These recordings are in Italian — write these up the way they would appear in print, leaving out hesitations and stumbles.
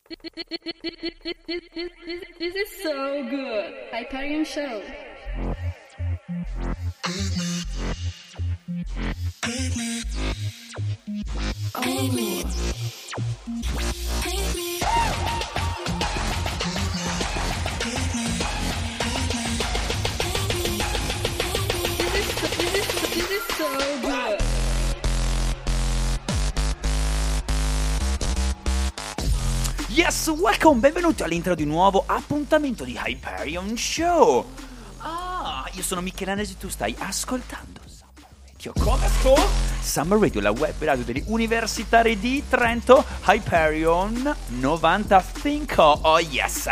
This is so good. Hyperion Show. This is so good. Yes, welcome, benvenuti all'intro di un nuovo appuntamento di Hyperion Show. Io sono Michele Anesi, tu stai ascoltando Summer Radio. Come sto? Summer Radio, la web radio degli universitari di Trento, Hyperion 95. Oh yes,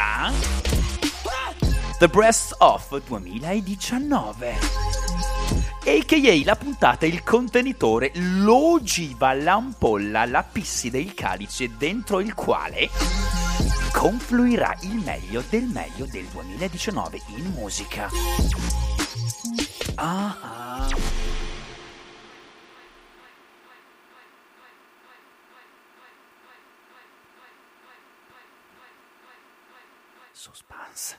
The Best of 2019. A.k.a. la puntata, il contenitore, l'ogiva, l'ampolla, la pisside, il calice dentro il quale confluirà il meglio del 2019 in musica. Suspense.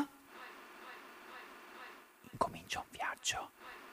Incomincia un viaggio.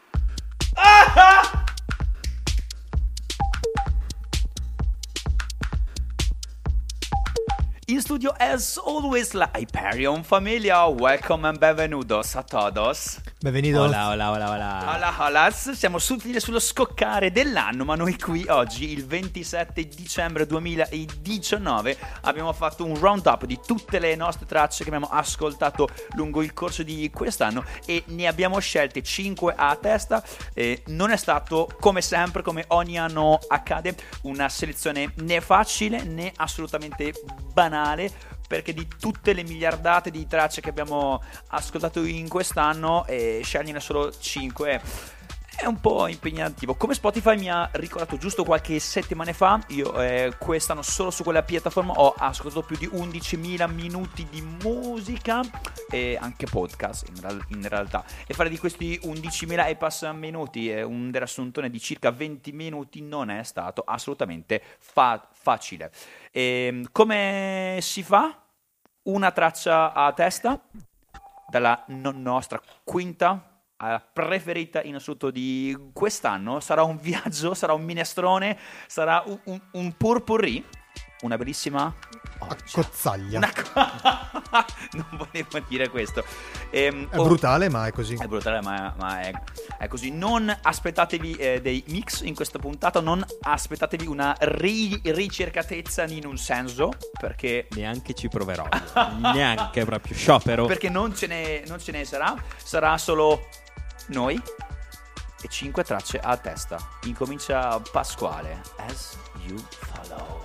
In studio, as always, la Hyperion Familia. Welcome and benvenutos a todos. Benvenuto. Hola. Hola. Siamo sullo scoccare dell'anno, ma noi qui oggi, il 27 dicembre 2019, abbiamo fatto un roundup di tutte le nostre tracce che abbiamo ascoltato lungo il corso di quest'anno e ne abbiamo scelte 5 a testa. Non è stato, come sempre, come ogni anno accade, una selezione né facile né assolutamente banale, perché di tutte le miliardate di tracce che abbiamo ascoltato in quest'anno, sceglierne solo 5 è un po' impegnativo. Come Spotify mi ha ricordato giusto qualche settimana fa, io quest'anno solo su quella piattaforma ho ascoltato più di 11.000 minuti di musica e anche podcast in realtà, e fare di questi 11.000 e passa minuti un riassuntone di circa 20 minuti non è stato assolutamente facile. Come si fa? Una traccia a testa dalla nostra quinta preferita in assoluto di quest'anno. Sarà un viaggio, sarà un minestrone, sarà un potpourri, una bellissima cozzaglia. Non volevo dire questo. È brutale, ma è così. È brutale, ma è così. Non aspettatevi dei mix in questa puntata, non aspettatevi una ricercatezza in un senso, perché neanche ci proverò. Neanche proprio sciopero. Perché non ce ne sarà solo noi e 5 tracce a testa. Incomincia Pasquale, As You Follow.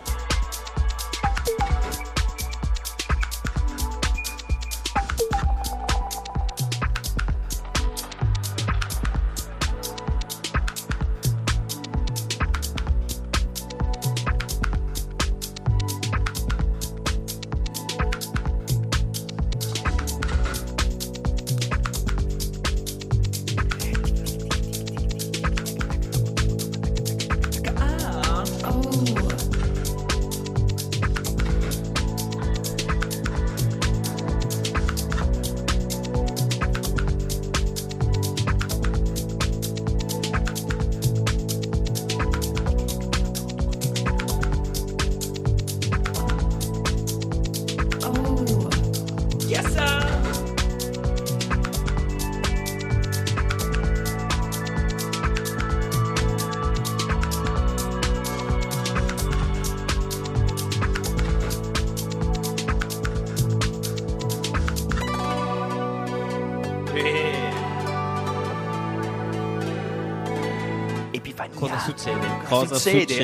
Epifania. Cosa succede?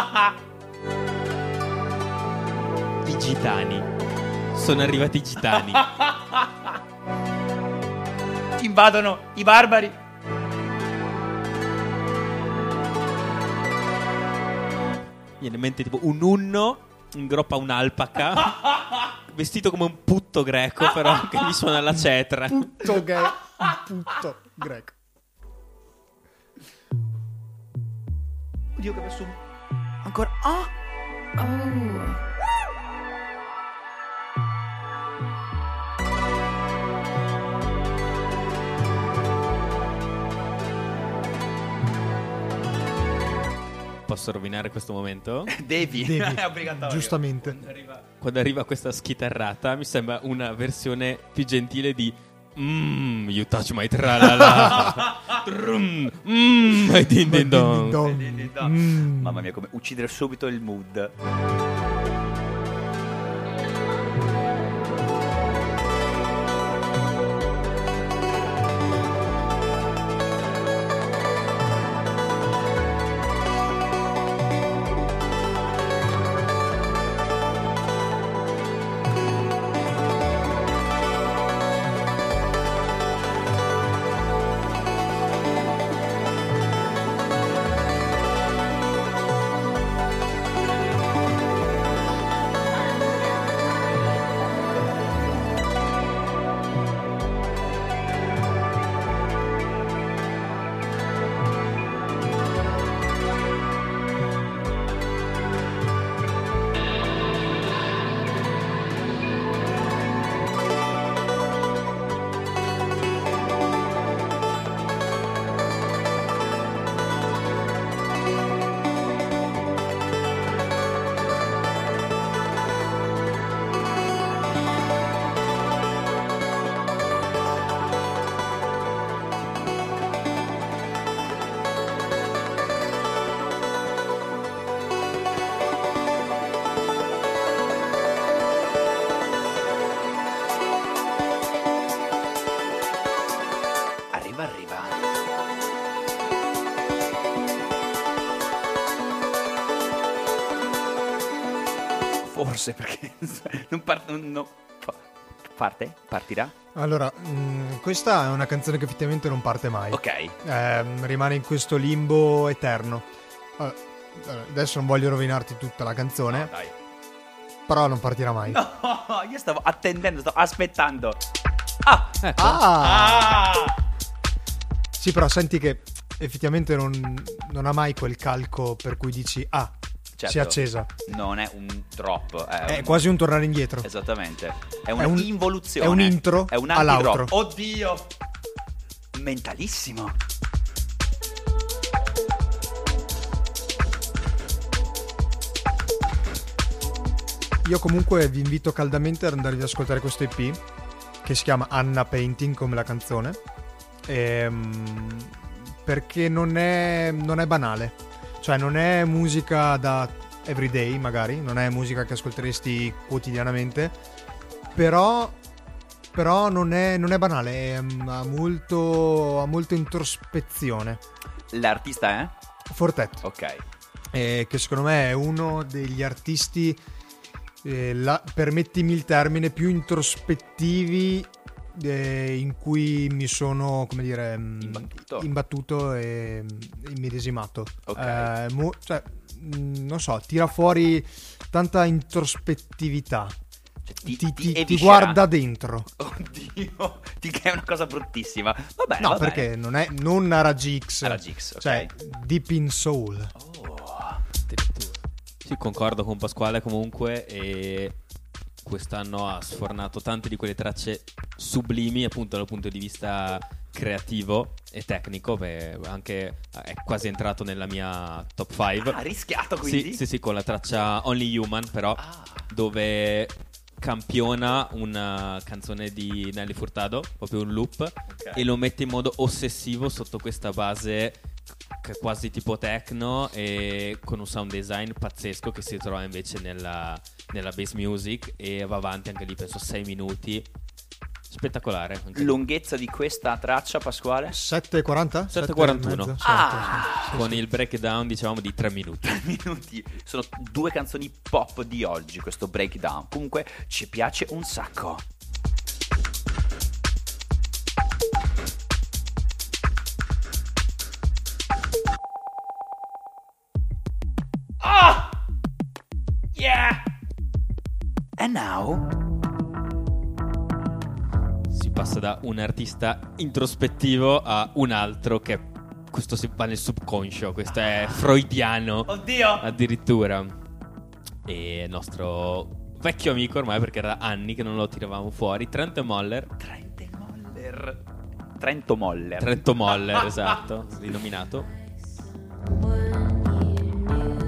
I gitani. Sono arrivati i gitani. Ti invadono i barbari. Viene in mente tipo un unno ingroppa un'alpaca vestito come un putto greco, però che gli suona la cetra. Putto greco. Oddio, che adesso ancora. Posso rovinare questo momento? Devi. È obbligatorio. Giustamente. Quando arriva questa schitarrata mi sembra una versione più gentile di You touch my tralala. My din din dong. Mamma mia, come uccidere subito il mood. Arriva. Forse perché non parte? Partirà? Allora, questa è una canzone che effettivamente non parte mai. Ok. Rimane in questo limbo eterno. Allora, adesso non voglio rovinarti tutta la canzone, Dai. però non partirà mai. No, io stavo attendendo, stavo aspettando. Ecco. Sì, però senti che effettivamente non ha mai quel calco per cui dici Certo, si è accesa. Non è un drop, È quasi un tornare indietro. Esattamente. È un- un'involuzione. è un intro È un all'outro. antidrop. Oddio. Mentalissimo. Io comunque vi invito caldamente ad andarvi ad ascoltare questo EP che si chiama Anna Painting come la canzone, perché non è banale, cioè non è musica da everyday, magari non è musica che ascolteresti quotidianamente, però non è banale, ha molto introspezione. L'artista è? Fortet, Ok. che secondo me è uno degli artisti, permettimi il termine, più introspettivi in cui mi sono, come dire, imbattuto e immedesimato. Ok. Cioè, non so, tira fuori tanta introspettività. Cioè, Ti eviscera. guarda dentro. Oddio, che è una cosa bruttissima. Va bene, No, va perché bene. non Rage X. Rage X, ok. Cioè, Deep in Soul. Addirittura. Sì, concordo con Pasquale comunque, e quest'anno ha sfornato tante di quelle tracce sublimi appunto dal punto di vista creativo e tecnico. Anche è quasi entrato nella mia top 5. Ha rischiato quindi? Sì, con la traccia Only Human, però dove campiona una canzone di Nelly Furtado, proprio un loop, e lo mette in modo ossessivo sotto questa base che è quasi tipo techno, e con un sound design pazzesco che si trova invece nella bass music, e va avanti anche lì penso 6 minuti. Spettacolare anche lì. Lunghezza di questa traccia, Pasquale? 7:40? 7:41. Sì. Con il breakdown diciamo di 3 minuti. 3 minuti. Sono 2 canzoni pop di oggi, questo breakdown. Comunque ci piace un sacco. Yeah! And now Si passa da un artista introspettivo a un altro che questo si va nel subconscio, questo è freudiano. Oddio! Addirittura. E il nostro vecchio amico ormai, perché era anni che non lo tiravamo fuori, Trento Moller, Trento Moller, esatto, rinominato.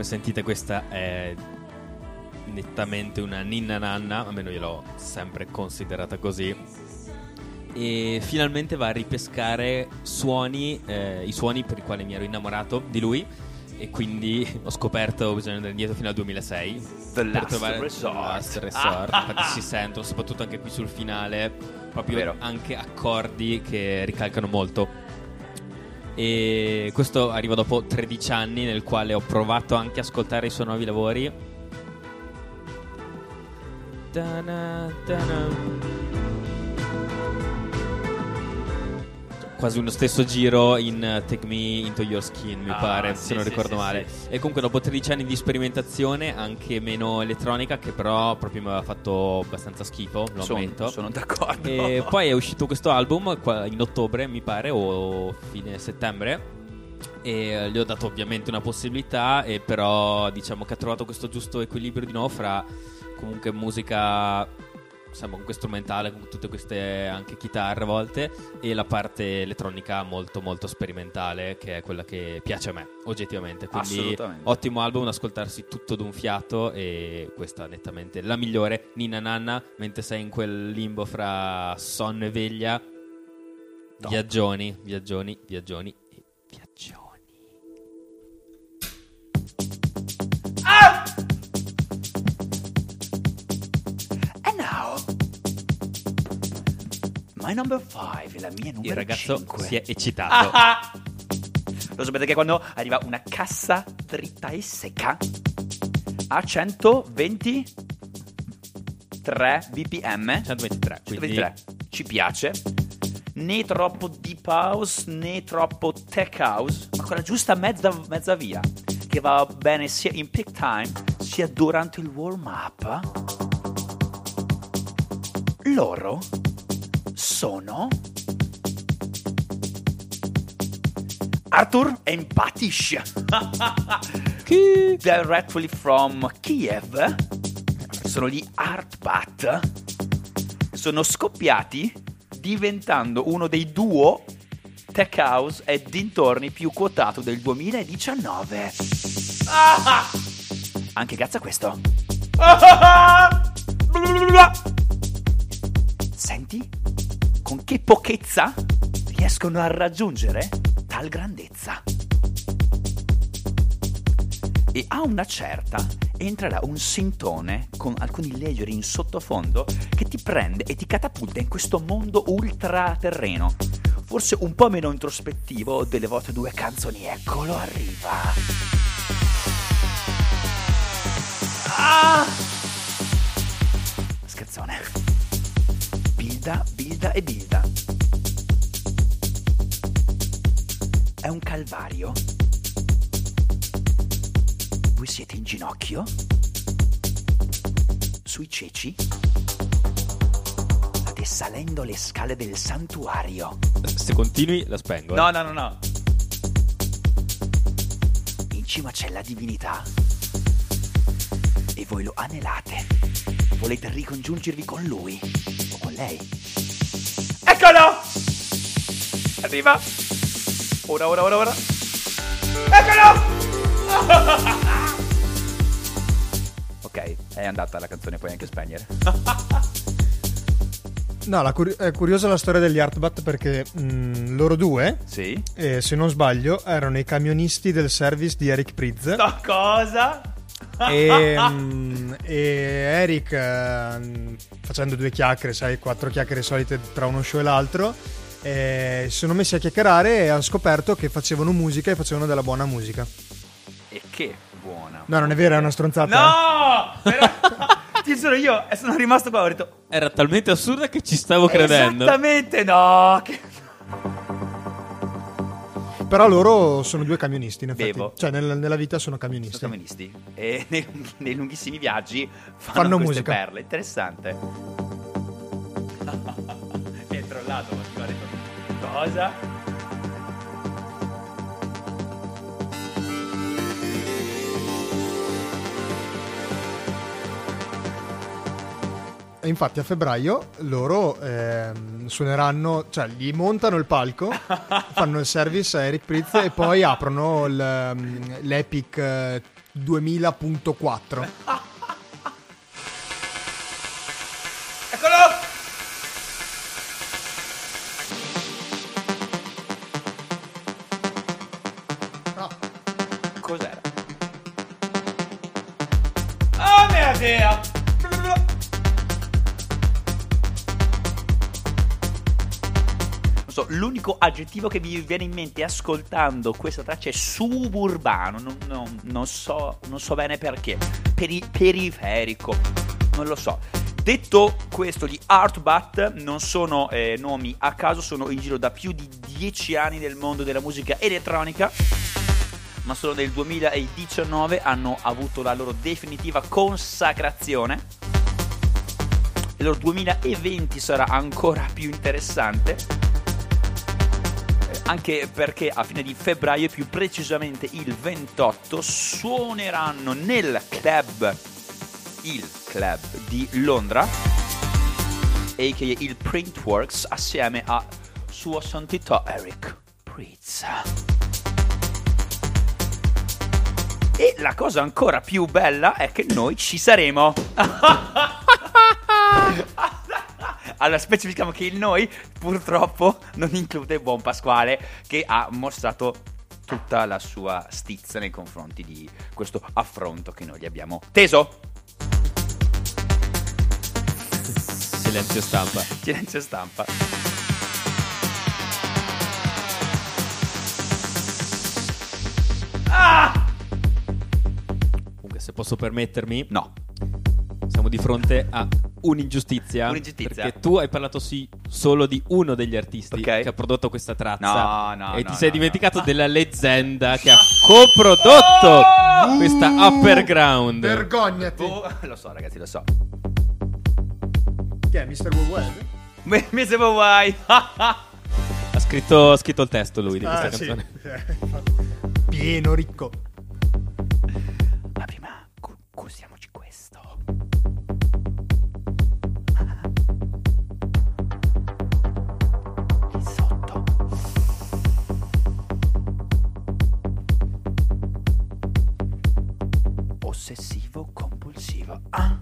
come sentite questa è nettamente una ninna nanna, almeno io l'ho sempre considerata così, e finalmente va a ripescare suoni, i suoni per i quali mi ero innamorato di lui, e quindi ho scoperto, bisogna andare indietro fino al 2006 The per Last trovare Resort. The Last Resort. Infatti si sentono soprattutto anche qui sul finale proprio Vero. anche accordi che ricalcano molto. E questo arriva dopo 13 anni nel quale ho provato anche a ascoltare i suoi nuovi lavori. Quasi uno stesso giro in Take Me Into Your Skin, mi pare, sì, se non sì, ricordo sì, male. sì. E comunque dopo 13 anni di sperimentazione, anche meno elettronica, che però proprio mi aveva fatto abbastanza schifo, lo ammetto. Sono d'accordo. E poi è uscito questo album in ottobre, mi pare, o fine settembre, e gli ho dato ovviamente una possibilità, e però diciamo che ha trovato questo giusto equilibrio di nuovo fra comunque musica, insomma, comunque strumentale, con tutte queste anche chitarre a volte, e la parte elettronica molto molto sperimentale, che è quella che piace a me oggettivamente. Quindi Assolutamente. ottimo album, ascoltarsi tutto d'un fiato, e questa è nettamente la migliore. Ninna nanna, mentre sei in quel limbo fra sonno e veglia. Top. Viaggioni, viaggioni, viaggioni e viaggioni. And now my number 5, la mia numero Il ragazzo 5. si è eccitato. Lo sapete che quando arriva una cassa dritta e secca a 123 bpm, 123, quindi 123, ci piace. Né troppo deep house né troppo tech house, ma quella giusta mezza via, che va bene sia in peak time sia durante il warm up. Loro sono Arthur and Patish, directly from Kiev. Sono gli Artbat. Sono scoppiati diventando uno dei duo tech house e dintorni più quotato del 2019. Anche grazie a questo. Senti con che pochezza riescono a raggiungere tal grandezza. E a una certa entrerà un sintone con alcuni leggeri in sottofondo che ti prende e ti catapulta in questo mondo ultraterreno, forse un po' meno introspettivo delle vostre due canzoni. Eccolo, arriva. Scherzone. Builda e builda. È un calvario. Voi siete in ginocchio? Sui ceci? State salendo le scale del santuario. se continui la spengo. No. In cima c'è la divinità. E voi lo anelate. Volete ricongiungervi con lui o con lei. Eccolo! Arriva! Ora. Eccolo! Ok, è andata la canzone, puoi anche spegnere. No, è curiosa la storia degli Artbat perché loro due, Sì? se non sbaglio, erano i camionisti del service di Eric Prydz. No, cosa? E Eric, facendo due chiacchiere, sai, 4 chiacchiere solite tra uno show e l'altro, si sono messi a chiacchierare e ha scoperto che facevano musica e facevano della buona musica. E che buona. No, non è vero, è una stronzata. No! Però, ti giuro, io sono rimasto qua, ho detto... Era talmente assurda che ci stavo credendo. Esattamente, no! Però loro sono due camionisti, in effetti. Bevo. Cioè, nella vita sono camionisti. Sono comunisti. E nei lunghissimi viaggi Fanno queste musica. perle. Interessante. Mi è trollato, ma ti ho detto... Cosa? E infatti a febbraio loro suoneranno, cioè gli montano il palco, fanno il service a Eric Prydz e poi aprono l'Epic 2000.4. Eccolo! No. Cos'era? Oh mio Dio! Non so, l'unico aggettivo che mi viene in mente ascoltando questa traccia è suburbano. Non so bene perché. Periferico. Non lo so. Detto questo, gli Artbat non sono nomi a caso, sono in giro da più di 10 anni nel mondo della musica elettronica, ma solo nel 2019 hanno avuto la loro definitiva consacrazione. Il loro 2020 sarà ancora più interessante, anche perché a fine di febbraio, più precisamente il 28, suoneranno nel club di Londra, a.k.a. il Printworks, assieme a Sua Santità Eric Prydz. E la cosa ancora più bella è che noi ci saremo. Allora, specifichiamo che il noi purtroppo non include buon Pasquale, che ha mostrato tutta la sua stizza nei confronti di questo affronto che noi gli abbiamo teso. Silenzio stampa. Silenzio stampa. Comunque, se posso permettermi, No. siamo di fronte a un'ingiustizia. Perché tu hai parlato solo di uno degli artisti Ok. che ha prodotto questa traccia. No, e ti no, sei no, dimenticato no. della leggenda che ha coprodotto questa Upperground. Vergognati. Lo so, ragazzi, lo so. Chi è? Mr. Worldwide? Mi sembra guai. Ha scritto il testo lui di questa Sì. canzone. Pieno, ricco. Ma prima gustiamoci questo. Lì sotto. Ossessivo compulsivo.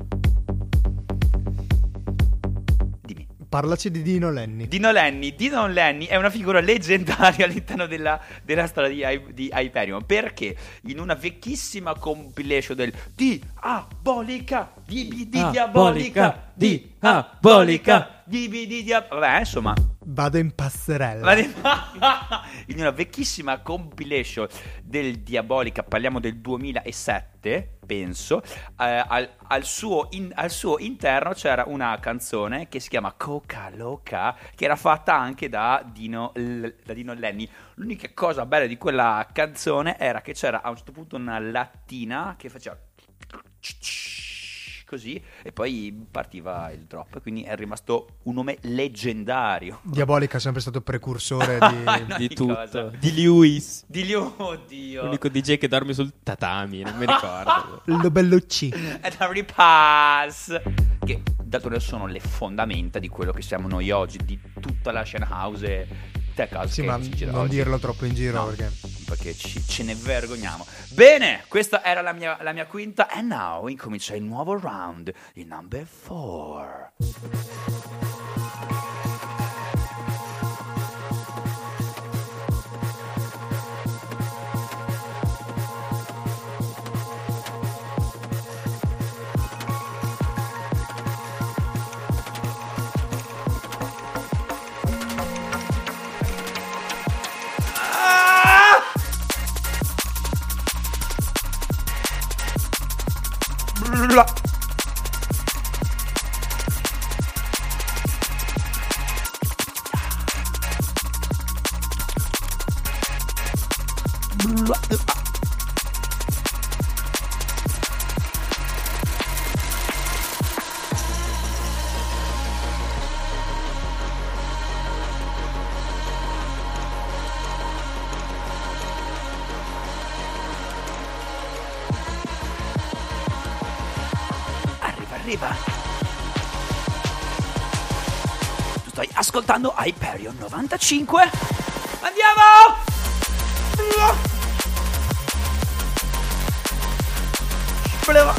Dimmi. Parlaci di Dino Lenny. Dino Lenny è una figura leggendaria all'interno della storia di Hyperion, perché in una vecchissima compilation del Diabolica, Diabolica, Diabolica, vabbè, insomma, Vado in passerella. in una vecchissima compilation del Diabolica, parliamo del 2007, penso, al suo interno c'era una canzone che si chiama Coca Loca, che era fatta anche da Dino Lenny. L'unica cosa bella di quella canzone era che c'era a un certo punto una lattina che faceva così e poi partiva il drop, quindi è rimasto un nome leggendario. Diabolica è sempre stato precursore Di Di tutto. cosa? Di Lewis. Oddio. L'unico DJ che dorme sul tatami, non mi ricordo. Lo Bellucci. Ed Harry Pass, che d'altronde sono le fondamenta di quello che siamo noi oggi, di tutta la scena house e tech house Sì, che ma si gira non oggi. dirlo troppo in giro, No, perché ce ne vergogniamo. Bene, questa era la mia quinta. And now incomincia il nuovo round, il number 4. Arriva. Tu stai ascoltando Hyperion 95. Andiamo! problema.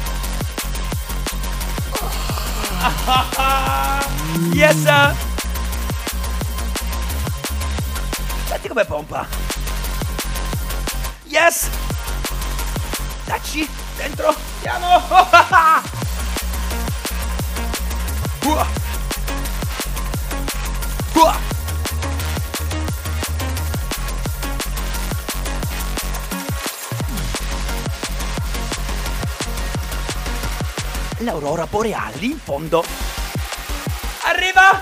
Yes. Senti come pompa. Yes. Dacci dentro. Andiamo. L'aurora boreale lì in fondo. Arriva.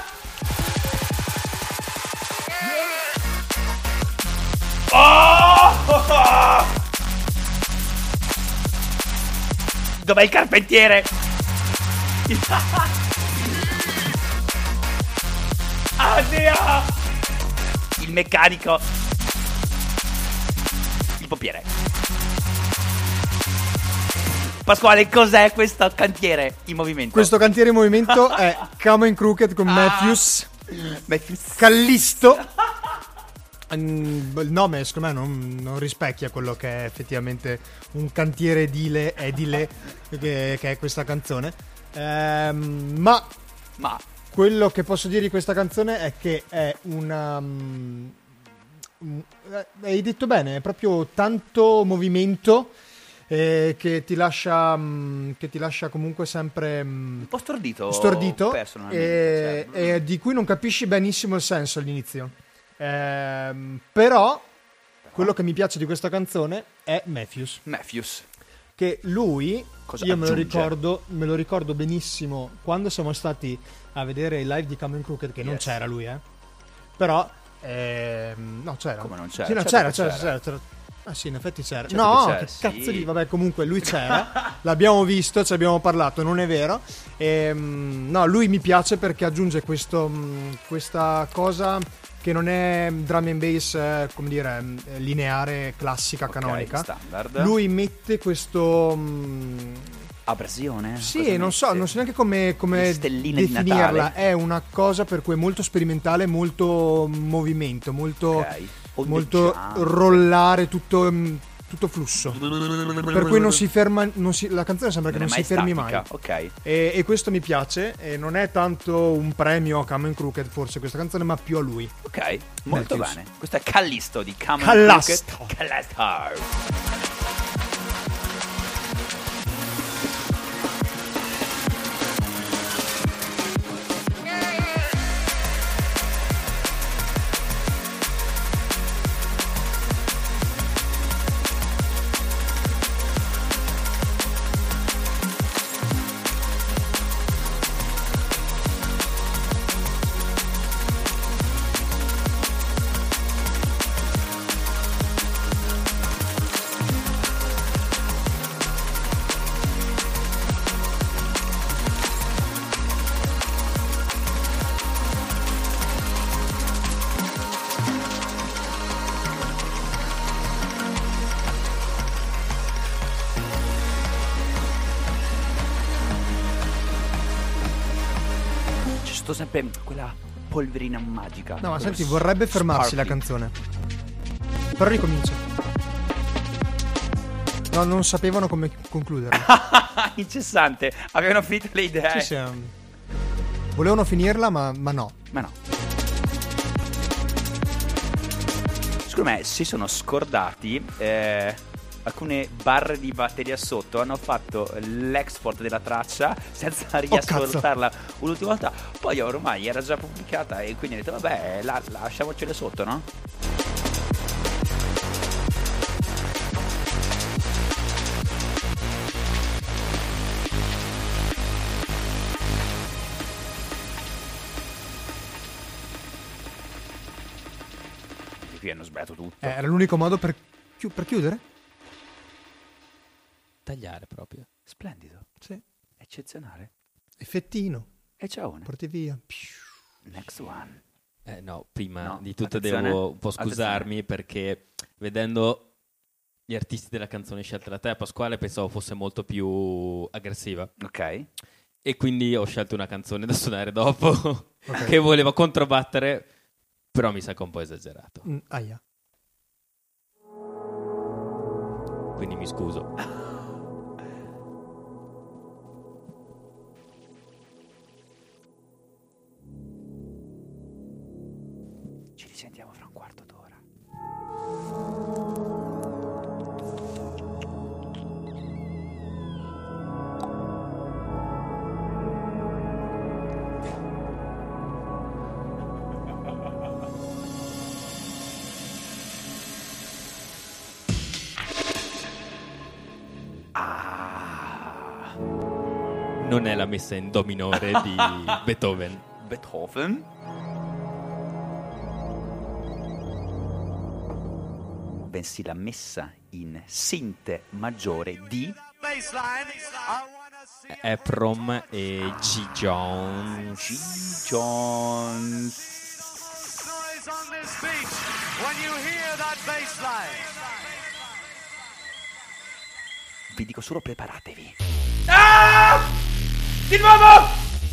Oh! Dov'è il carpentiere? Addio! Il meccanico. Il pompiere. Pasquale, cos'è questo cantiere in movimento? Questo cantiere in movimento è Coming Crooked con Matthews. Callisto. Il nome secondo me non rispecchia quello che è effettivamente un cantiere edile che è questa canzone. Ma quello che posso dire di questa canzone è che è una... hai detto bene, è proprio tanto movimento che ti lascia comunque sempre un po' stordito personalmente, e di cui non capisci benissimo il senso all'inizio. Però quello che mi piace di questa canzone è Matthews. Che lui, io me lo ricordo benissimo quando siamo stati a vedere il live di Coming Crooked, che non c'era lui, però no, c'era. Come non c'era? Sì, no, c'era. Ah sì, in effetti c'era. No, c'era, che cazzo di... Vabbè, comunque lui c'era. L'abbiamo visto, ci abbiamo parlato, non è vero. No, lui mi piace perché aggiunge questa cosa che non è drum and bass, come dire, lineare, classica, canonica. Standard. Lui mette questo... abrasione? Sì, non so neanche come definirla. È una cosa per cui è molto sperimentale, molto movimento, molto rollare, tutto flusso. Per cui non si ferma, la canzone sembra che non si fermi mai. Ok. E questo mi piace. E non è tanto un premio a Coming Crooked, forse, questa canzone, ma più a lui. Ok, molto bene. Questo è Callisto di Coming Callisto. Crooked. Callisto. Sempre quella polverina magica. No, ma senti, vorrebbe fermarsi la canzone, però ricomincia. No, non sapevano come concluderla. Incessante. Avevano finito le idee. Sì. Volevano finirla, ma no. Secondo me si sono scordati alcune barre di batteria sotto, hanno fatto l'export della traccia senza riascoltarla un'ultima volta. Poi ormai era già pubblicata e quindi hanno detto vabbè, lasciamocele sotto, no? E qui hanno sbagliato tutto. Era l'unico modo per chiudere? Tagliare proprio. Splendido. Sì. Eccezionale. Effettino. E ciao. Porti via. Next one. No, prima di tutto devo un po' scusarmi perché vedendo gli artisti della canzone scelta da te, Pasquale, pensavo fosse molto più aggressiva. Ok. E quindi ho scelto una canzone da suonare dopo che voleva controbattere, però mi sa che è un po' esagerato. Aia. Quindi mi scuso. Ci sentiamo fra un quarto d'ora. Non è la messa in do minore di Beethoven. Beethoven. Bensì la messa in sinte maggiore di Eprom e G. Jones. G. Jones. Noise on this beach when you hear that bass line. Vi dico solo preparatevi. Ah! Di nuovo!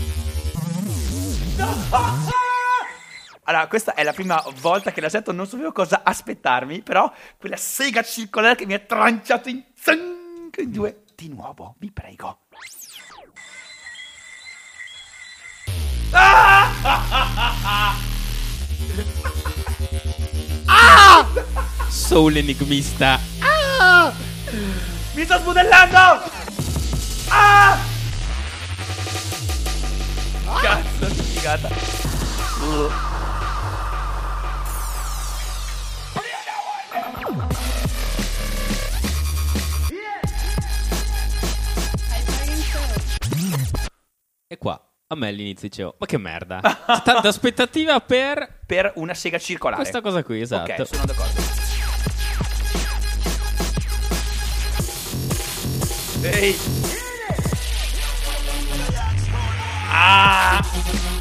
No! Allora, questa è la prima volta che la sento, non sapevo cosa aspettarmi, però quella sega circolare che mi ha tranciato in due. Di nuovo, vi prego. Ah! Ah! Soul enigmista. Ah! Mi sto sbudellando! Ah! Cazzo, che figata. E qua a me all'inizio dicevo, ma che merda. C'è tanta aspettativa Per una sega circolare. questa cosa qui, esatto. Ok, sono d'accordo. Ehi. Ah!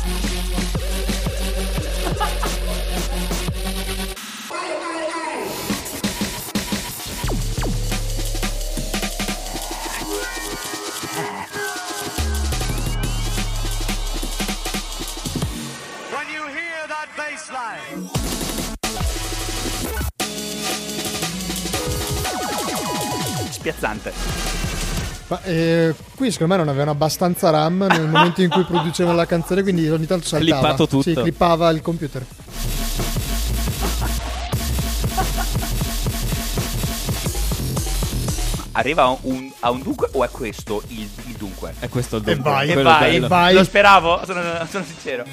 When you hear that bass line. Spiazzante. Ma, qui secondo me non avevano abbastanza RAM nel momento in cui producevano la canzone, quindi ogni tanto saltava. Clippato tutto. Sì, clippava il computer. Arriva a un dunque o è questo il dunque? È questo il E dunque. vai, E quello vai, bello. vai. Lo speravo, sono sincero.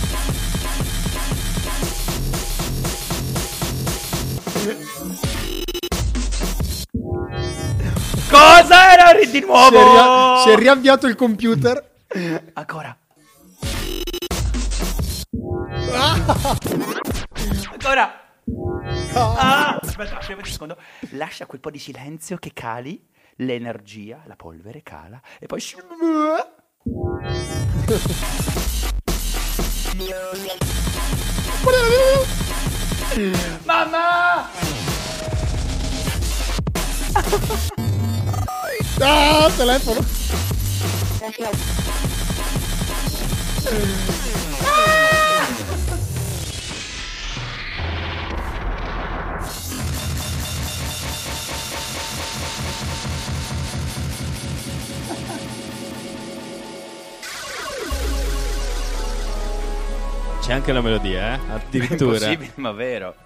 Cosa era di nuovo? Si è riavviato il computer. Ancora. Ancora. Ah! Aspetta, fermati un secondo. Lascia quel po' di silenzio che cali l'energia, la polvere cala e poi mamma! Ah, telefono. C'è anche la melodia, addirittura. Impossibile, ma vero.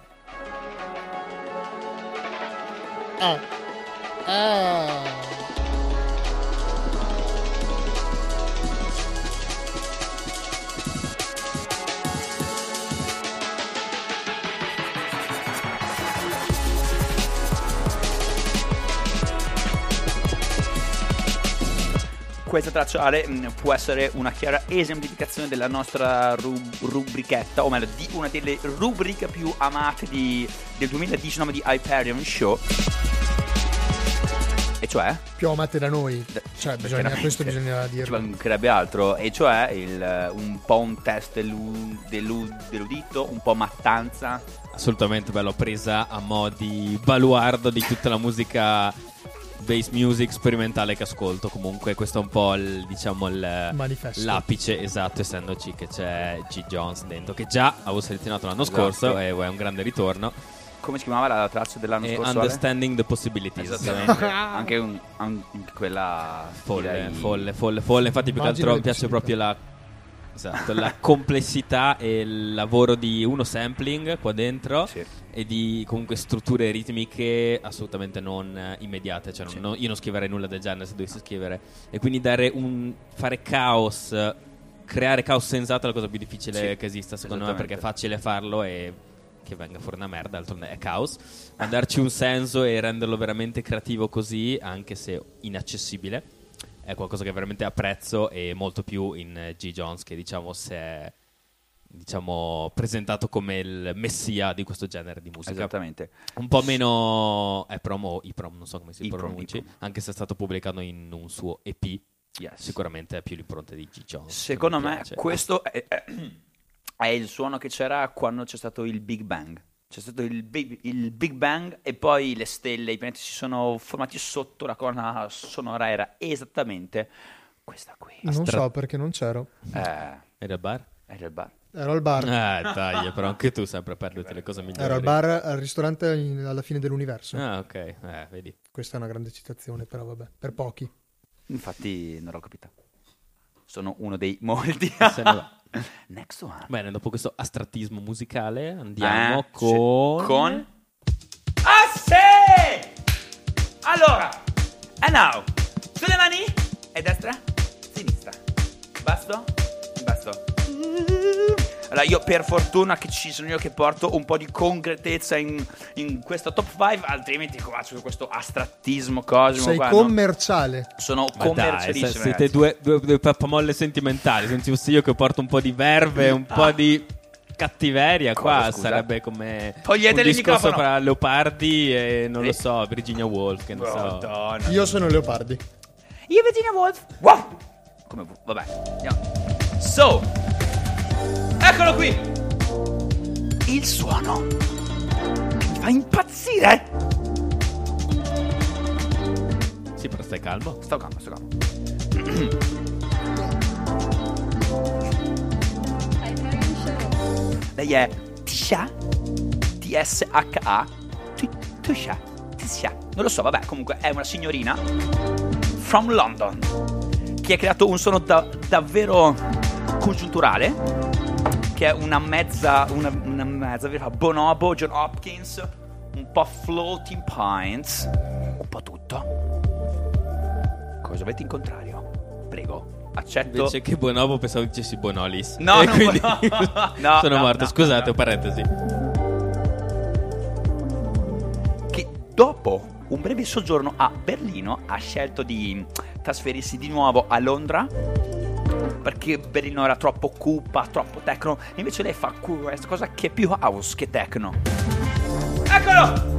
Questa traccia, Ale, può essere una chiara esemplificazione della nostra rubrichetta, o meglio, di una delle rubriche più amate del 2019 di Hyperion Show. E cioè? Più amate da noi. Cioè, questo bisogna Ci dirlo. mancherebbe altro. E cioè un po' un test dell'udito, un po' mattanza. Assolutamente bello, presa a mo' di baluardo di tutta la musica bass music sperimentale che ascolto. Comunque questo è un po' Manifesto. l'apice, esatto, essendoci che c'è G. Jones dentro, che già avevo selezionato l'anno scorso e è un grande ritorno. Come si chiamava la traccia dell'anno E scorso? Understanding the Possibilities. Esattamente. Anche quella Folle, direi, folle. Infatti più che Immagino altro le piace proprio la Esatto, la complessità e il lavoro di uno sampling qua dentro Sì. e di comunque strutture ritmiche assolutamente non immediate, cioè io non scriverei nulla del genere se dovessi scrivere, e quindi fare caos, creare caos sensato è la cosa più difficile Sì, che esista secondo me, esattamente. perché è facile farlo e che venga fuori una merda, d'altronde è caos, ma darci un senso e renderlo veramente creativo così, anche se inaccessibile, è qualcosa che veramente apprezzo, e molto più in G. Jones, che diciamo si è presentato come il messia di questo genere di musica. Esattamente. Un po' meno IPROM, non so come si IPROM, pronunci, IPROM. anche se è stato pubblicato in un suo EP. Yes. Sicuramente è più l'impronta di G. Jones. Secondo che mi me piace. questo è il suono che c'era quando c'è stato il Big Bang. C'è stato il Big Bang e poi le stelle, i pianeti si sono formati sotto, la colonna sonora era esattamente questa qui. Non so perché non c'ero. Era al bar? Era il bar. Ero al bar. Dai, però anche tu sempre perduti le cose migliori. Ero al bar al ristorante alla fine dell'universo. Ah, ok, vedi. Questa è una grande citazione, però vabbè, per pochi. Infatti non l'ho capita. Sono uno dei molti. Se ne va. Next one. Bene, dopo questo astrattismo musicale andiamo Sì. con... Ah sì! Allora, and now, sulle mani e destra, sinistra. Basto? Basto. Allora io per fortuna che ci sono io che porto un po' di concretezza in questo top 5, altrimenti qua su questo astrattismo cosmo Sei qua, no? commerciale. Sono Ma dai, commercialissimo, siete due pappamolle sentimentali. Se non ci fossi io che porto un po' di verve, un po' di cattiveria, Cosa, qua scusa? sarebbe come Togliete un il discorso microfono. fra Leopardi e non lo Sì. so, Virginia Woolf, che ne so. Madonna. Io sono Leopardi. Io Virginia Woolf. Wow. Come vabbè. Andiamo. So. Eccolo qui. Il suono che mi fa impazzire. Sì, però stai calmo. Sto calmo. Lei è Tisha. T-S-H-A. Tisha. Non lo so, vabbè, comunque è una signorina from London che ha creato un suono davvero congiunturale, che è una mezza vera bonobo, John Hopkins, un po' Floating Points, un po' tutto. Cosa avete in contrario? Prego, accetto. Invece che Bonobo pensavo dicessi Bonolis. No, E non quindi No, sono no, morto. no, Scusate, no. ho parentesi. Che dopo un breve soggiorno a Berlino ha scelto di trasferirsi di nuovo a Londra, perché Berlino era troppo cupa, troppo techno. Invece lei fa questa cosa che è più house che techno. Eccolo!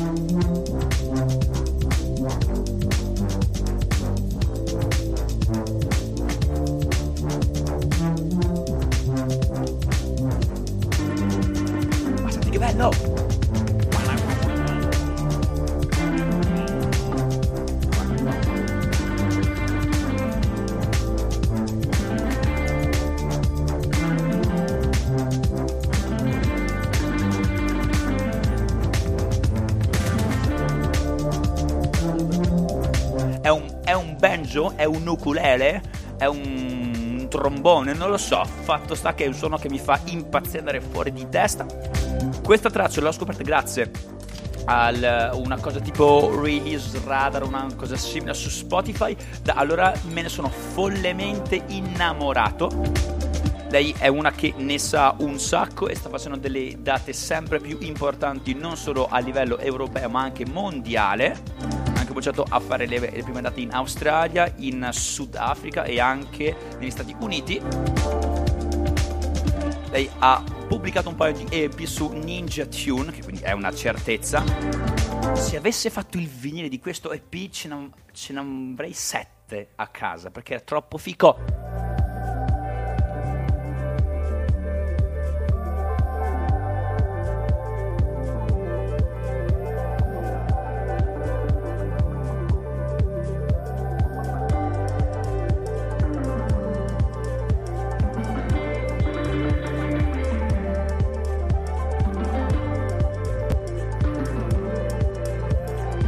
Ma senti che bello! È un banjo, è un ukulele, è un trombone, non lo so. Fatto sta che è un suono che mi fa impazzire, andare fuori di testa. Questa traccia l'ho scoperta grazie a una cosa tipo Release Radar, una cosa simile su Spotify. Da allora me ne sono follemente innamorato. Lei è una che ne sa un sacco e sta facendo delle date sempre più importanti, non solo a livello europeo ma anche mondiale. Ha anche cominciato a fare le prime date in Australia, in Sudafrica e anche negli Stati Uniti. Lei ha pubblicato un paio di EP su Ninja Tune, che quindi è una certezza. Se avesse fatto il vinile di questo EP ce ne avrei 7 a casa, perché è troppo fico.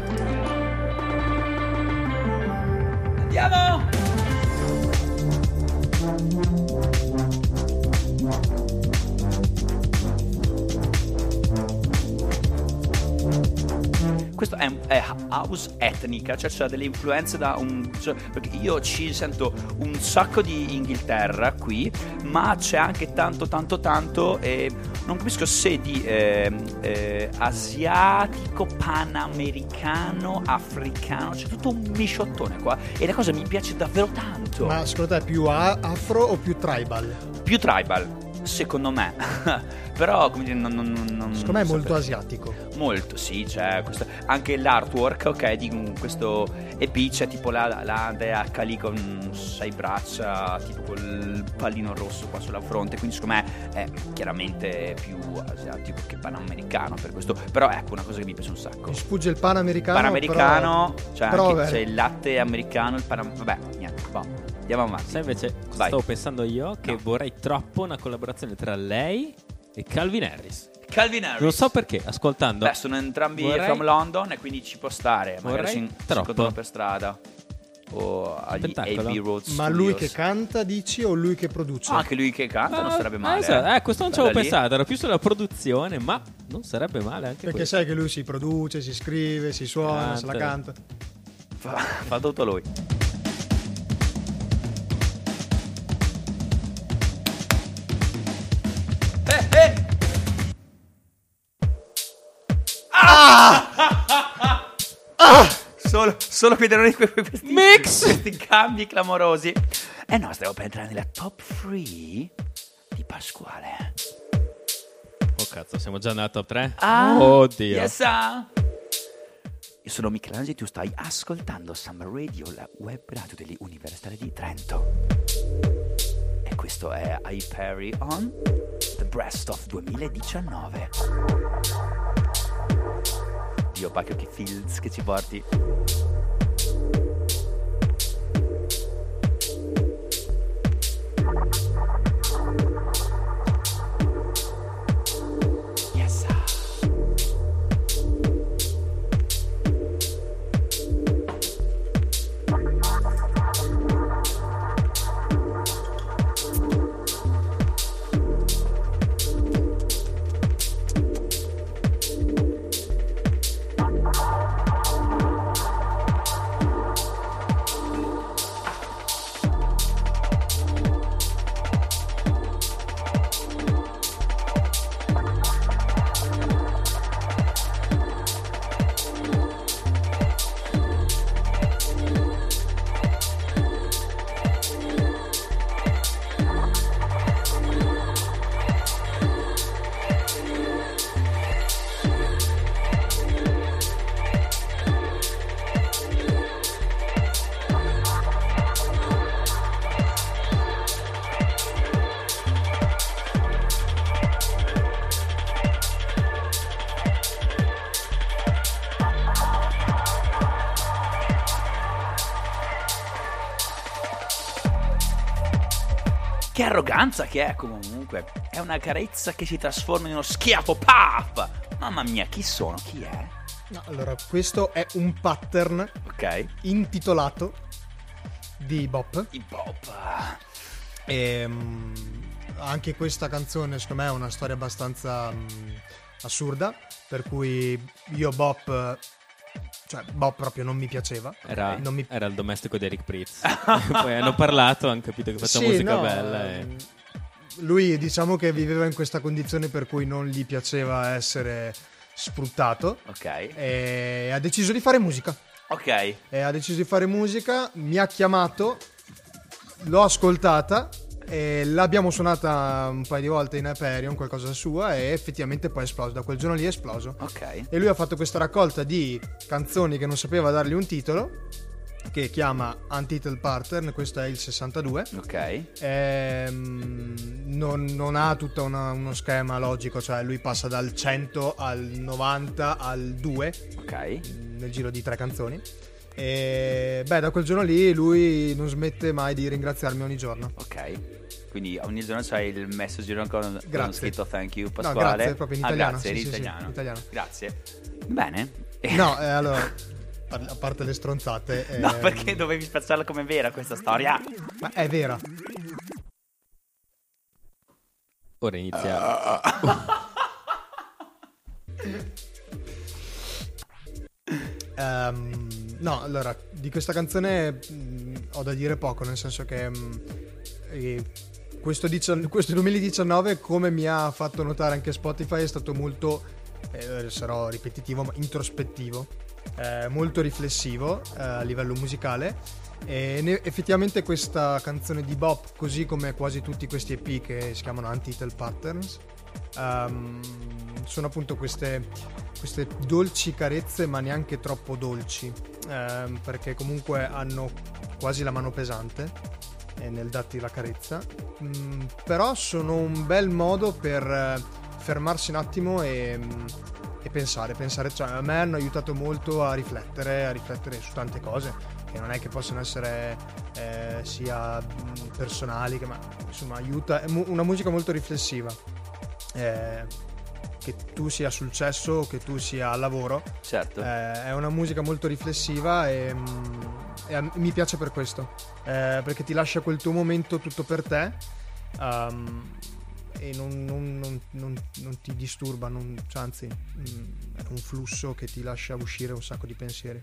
Andiamo! è house etnica, cioè c'ha delle influenze perché io ci sento un sacco di Inghilterra qui, ma c'è anche tanto non capisco se di asiatico, panamericano, africano, c'è tutto un misciottone qua e la cosa mi piace davvero tanto. Ma secondo te è più afro o più tribal? Più tribal, secondo me. Però come dire, non Secondo me è molto saprei. asiatico. Molto, sì, c'è questo. Anche l'artwork, ok, di questo EP c'è tipo la H lì con 6 braccia, tipo col pallino rosso qua sulla fronte, quindi secondo me è chiaramente più asiatico che panamericano per questo. Però ecco, una cosa che mi piace un sacco. Mi sfugge il panamericano. Panamericano, però c'è il latte americano, vabbè, niente, andiamo avanti. Sai invece, Vai. stavo pensando io che No. vorrei troppo una collaborazione tra lei e Calvin Harris. Calvin Harris. Non so perché, ascoltando. Beh, sono entrambi Vorrei- from London e quindi ci può stare. Magari Vorrei si troppo. incontrano per strada o agli Spettacolo. Abbey Road Studios. Ma lui che canta, dici, o lui che produce? Anche lui che canta non sarebbe male. Esatto. Questo non ci avevo Bella lì. pensato, era più sulla produzione, ma non sarebbe male anche Perché questo. sai che lui si produce, si scrive, si suona, se la Canta. canta. Fa tutto lui. Solo questi Mix! questi cambi clamorosi. No, stavo per entrare nella top 3 di Pasquale. Oh cazzo, siamo già nella top 3? Ah, Oddio. yes, ah. Io sono Michelangelo e tu stai ascoltando Summer Radio, la web radio dell'Università di Trento. E questo è I Perry on The Breast of 2019. Dio, Bacchio, che feels che ci porti. Yes, ah. Che arroganza che è comunque. È una carezza che si trasforma in uno schiaffo. Paf! Mamma mia, chi sono? Chi è? No, allora, questo è un pattern Ok. intitolato di Bop. Hip hop. E anche questa canzone, secondo me, è una storia abbastanza assurda. Per cui io Bop proprio non mi piaceva. Era Non mi- il domestico di Eric Pritz. Poi hanno parlato, hanno capito che faceva Sì, musica no, bella. E... Lui diciamo che viveva in questa condizione per cui non gli piaceva essere sfruttato Ok. e ha deciso di fare musica. Ok. Mi ha chiamato, l'ho ascoltata e l'abbiamo suonata un paio di volte in Hyperion, qualcosa sua, e effettivamente poi è esploso. Da quel giorno lì è esploso. Ok. E lui ha fatto questa raccolta di canzoni che non sapeva dargli un titolo, che chiama Untitled Pattern. Questo è il 62. Ok. Non ha tutto uno schema logico, cioè lui passa dal 100 al 90 al 2 Ok. nel giro di 3 canzoni. E da quel giorno lì lui non smette mai di ringraziarmi ogni giorno. Ok. Quindi ogni giorno c'hai il messaggino con Grazie. scritto thank you No, Pasquale. grazie, proprio in italiano. Grazie, Sì, in sì, sì, italiano. in italiano. Grazie. Bene. No, allora, a parte le stronzate, No, perché dovevi spacciarla come vera questa storia? ma è vera. Ora inizia. No, allora, di questa canzone ho da dire poco, nel senso che questo 2019, come mi ha fatto notare anche Spotify, è stato molto, sarò ripetitivo, ma introspettivo, molto riflessivo a livello musicale. E effettivamente questa canzone di Bop, così come quasi tutti questi EP che si chiamano Antithetical Patterns, sono appunto queste dolci carezze, ma neanche troppo dolci, perché comunque hanno quasi la mano pesante nel darti la carezza, però sono un bel modo per fermarsi un attimo e pensare, cioè, a me hanno aiutato molto a riflettere su tante cose che non è che possono essere sia personali, ma insomma aiuta, è una musica molto riflessiva, che tu sia sul cesso o che tu sia al lavoro, Certo. è una musica molto riflessiva e mi piace per questo, perché ti lascia quel tuo momento tutto per te, e non ti disturba, cioè, anzi è un flusso che ti lascia uscire un sacco di pensieri.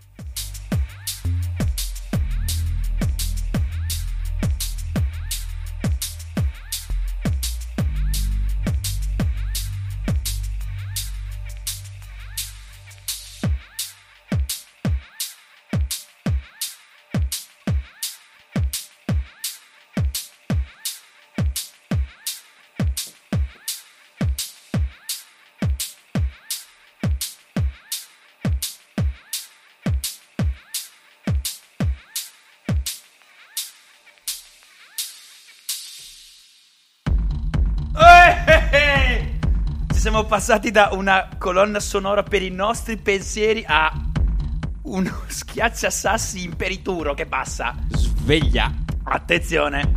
Siamo passati da una colonna sonora per i nostri pensieri a uno schiacciasassi imperituro che passa. Sveglia. Attenzione.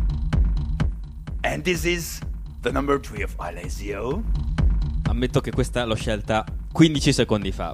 And this is the number 3 of Alessio. Ammetto che questa l'ho scelta 15 secondi fa.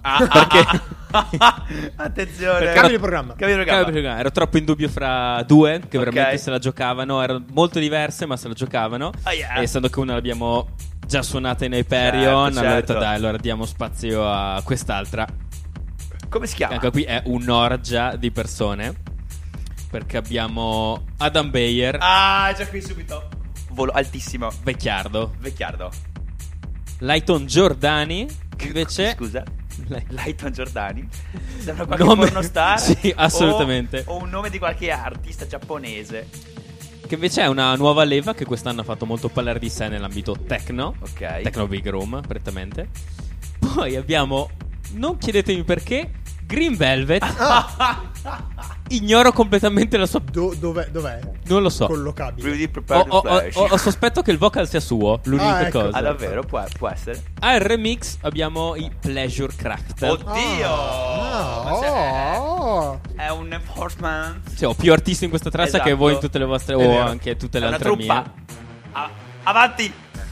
Attenzione. Cambio di programma. Ero troppo in dubbio fra due che Ok. veramente se la giocavano. Erano molto diverse, ma se la giocavano. Oh, yeah. E essendo che una l'abbiamo già suonata in Hyperion, Certo, allora ho certo. detto dai, allora diamo spazio a quest'altra. Come si chiama? Anche qui è un'orgia di persone, perché abbiamo Adam Beyer, Già qui subito. Volo altissimo. vecchiardo, Vecchiardo. Giordani, che invece Scusa. Lei- Lighton Giordani. Sembra qualche Nome- pornostar. Sì, assolutamente. O un nome di qualche artista giapponese. che invece è una nuova leva che quest'anno ha fatto molto parlare di sé nell'ambito techno. Ok. Techno Big Room, prettamente. Poi abbiamo, non chiedetemi perché, Green Velvet. Ignoro completamente la sua. Dov'è? Non lo so. Collocabile. Really prepared to flash. Ho sospetto che il vocal sia suo. L'unica ecco. cosa. davvero? Può essere. Al remix abbiamo i Pleasure Craft. Oddio! Ma se Oh. è un enforcement. Cioè, ho più artisti in questa traccia Esatto. che voi in tutte le vostre. È O vero. anche tutte È le una altre truppa. mie. Avanti!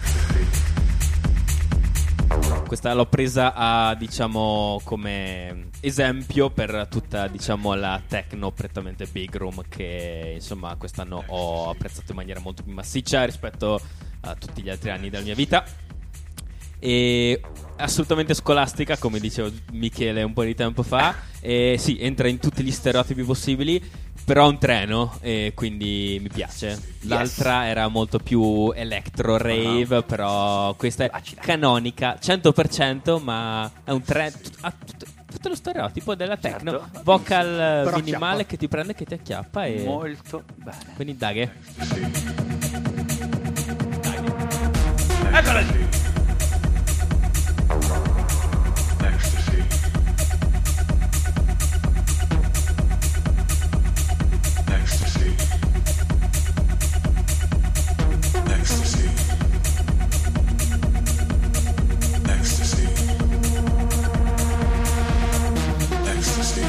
Questa l'ho presa a, diciamo, come esempio per tutta, diciamo, la techno prettamente big room che, insomma, quest'anno ho apprezzato in maniera molto più massiccia rispetto a tutti gli altri anni della mia vita. E assolutamente scolastica, come diceva Michele un po' di tempo fa. E sì, entra in tutti gli stereotipi possibili, però è un treno e quindi mi piace. L'altra era molto più electro rave, però questa è Acida. canonica 100%, ma è un treno. Ha tutto lo stereotipo della techno, Certo. vocal Però minimale acchiappa. che ti prende, che ti acchiappa e Molto bene. quindi daghe. Eccola lì! Ecstasy. Ecstasy. Ecstasy. Ecstasy. Ecstasy.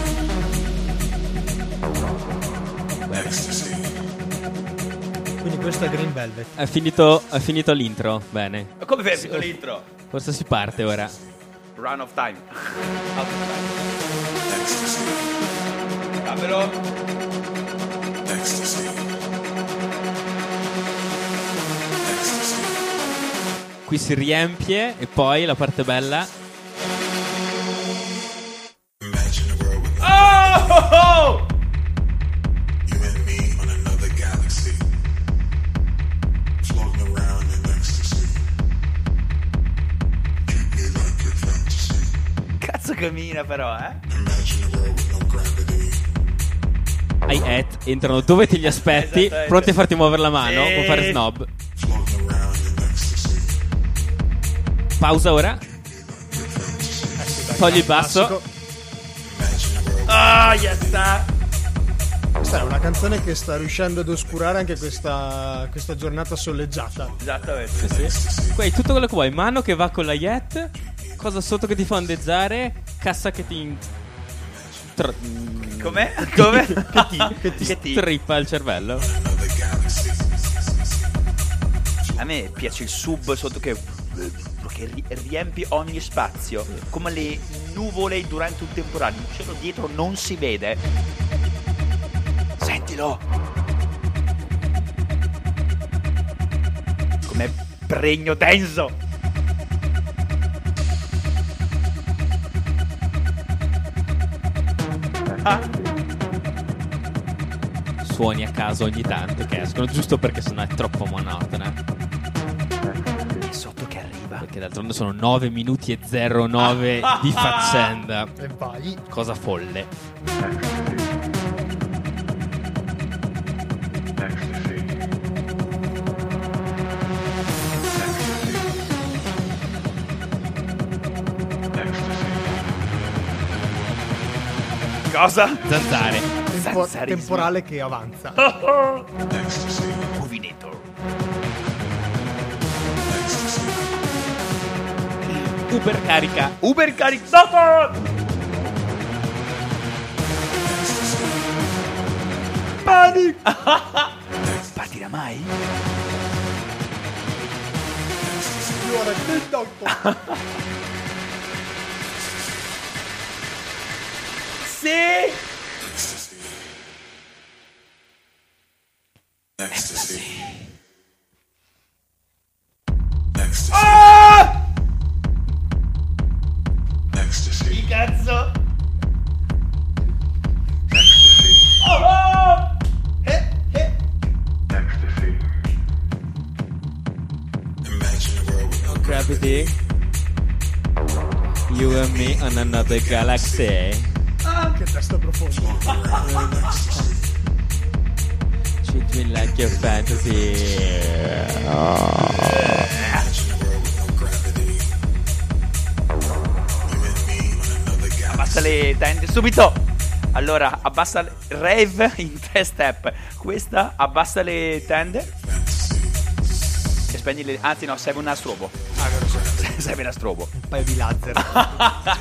Ecstasy. Quindi questo è Green Velvet. È finito l'intro, bene. Come vedi con l'intro? Forse si parte ora. Run of time. Out of time. Ecstasy. Dammelo. Ecstasy. Ecstasy. Qui si riempie e poi la parte bella. Imagine cazzo cammina però, Ai entrano dove te li aspetti, Esattamente. pronti a farti muovere la mano, Sì. può fare snob. Pausa ora. Togli il basso. Classico. Ah, ya sta. Questa è una canzone che sta riuscendo ad oscurare anche questa giornata soleggiata. Esattamente. Qui hai tutto quello che vuoi. Mano che va con la Yet. Cosa sotto che ti fa ondeggiare. Cassa che ti Com'è? Come? Che ti strippa il cervello. A me piace il sub sotto che riempie ogni spazio, come le nuvole durante un temporale. Il cielo dietro non si vede. Sentilo. Come pregno denso. Suoni a caso ogni tanto che escono, giusto perché sennò è troppo monotona. E sotto che arriva. Perché d'altronde sono 9 minuti e 09 di faccenda. E vai. Cosa folle. Cosa? Zanzare. Zanzarismo. Temporale che avanza. Movinator. Uber carica. Uber caricato. Panic. Partirà mai? Signore, che doctor. Sì. Ecstasy. Ah! Ecstasy. Cazzo. Ecstasy. Oh! Ecstasy. Imagine a world with no Gravity. You and me on another galaxy. Che testo profondo. Treat me like your fantasy. Imagine a world with no gravity. You and me on another galaxy. Abbassa le tende subito. Allora, abbassa rave in 3 step. Questa abbassa le tende. E spegni le. Anzi, no, serve una strobo. Ah, vero, sì. Serve una strobo. Un paio di laser.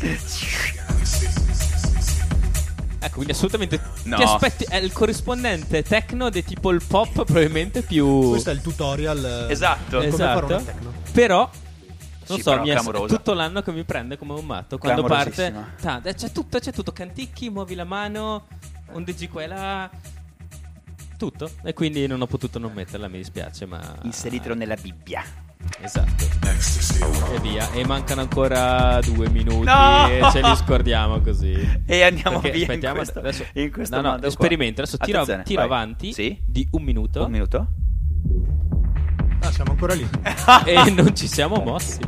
Ecco, quindi assolutamente No. ti aspetti. È il corrispondente techno di tipo il pop, probabilmente più. Questo è il tutorial. Esatto. Come fare Esatto. una techno. Però non Sì, so, però mi è clamorosa. tutto l'anno che mi prende come un matto. Quando parte, Clamorosissima. c'è tutto. Canticchi, muovi la mano, ondeggi qua e là. Tutto. E quindi non ho potuto non metterla, mi dispiace, ma. Inseritelo nella Bibbia. Esatto. Ecstasy. E via. E mancano ancora 2 minuti. No! E ce li scordiamo così. E andiamo Perché, via aspettiamo, in questo, adesso, in questo no, modo qua. esperimento. Adesso tiro Attenzione, vai. avanti Sì? di 1 minuto. 1 minuto. Ah, siamo ancora lì. E non ci siamo mossi.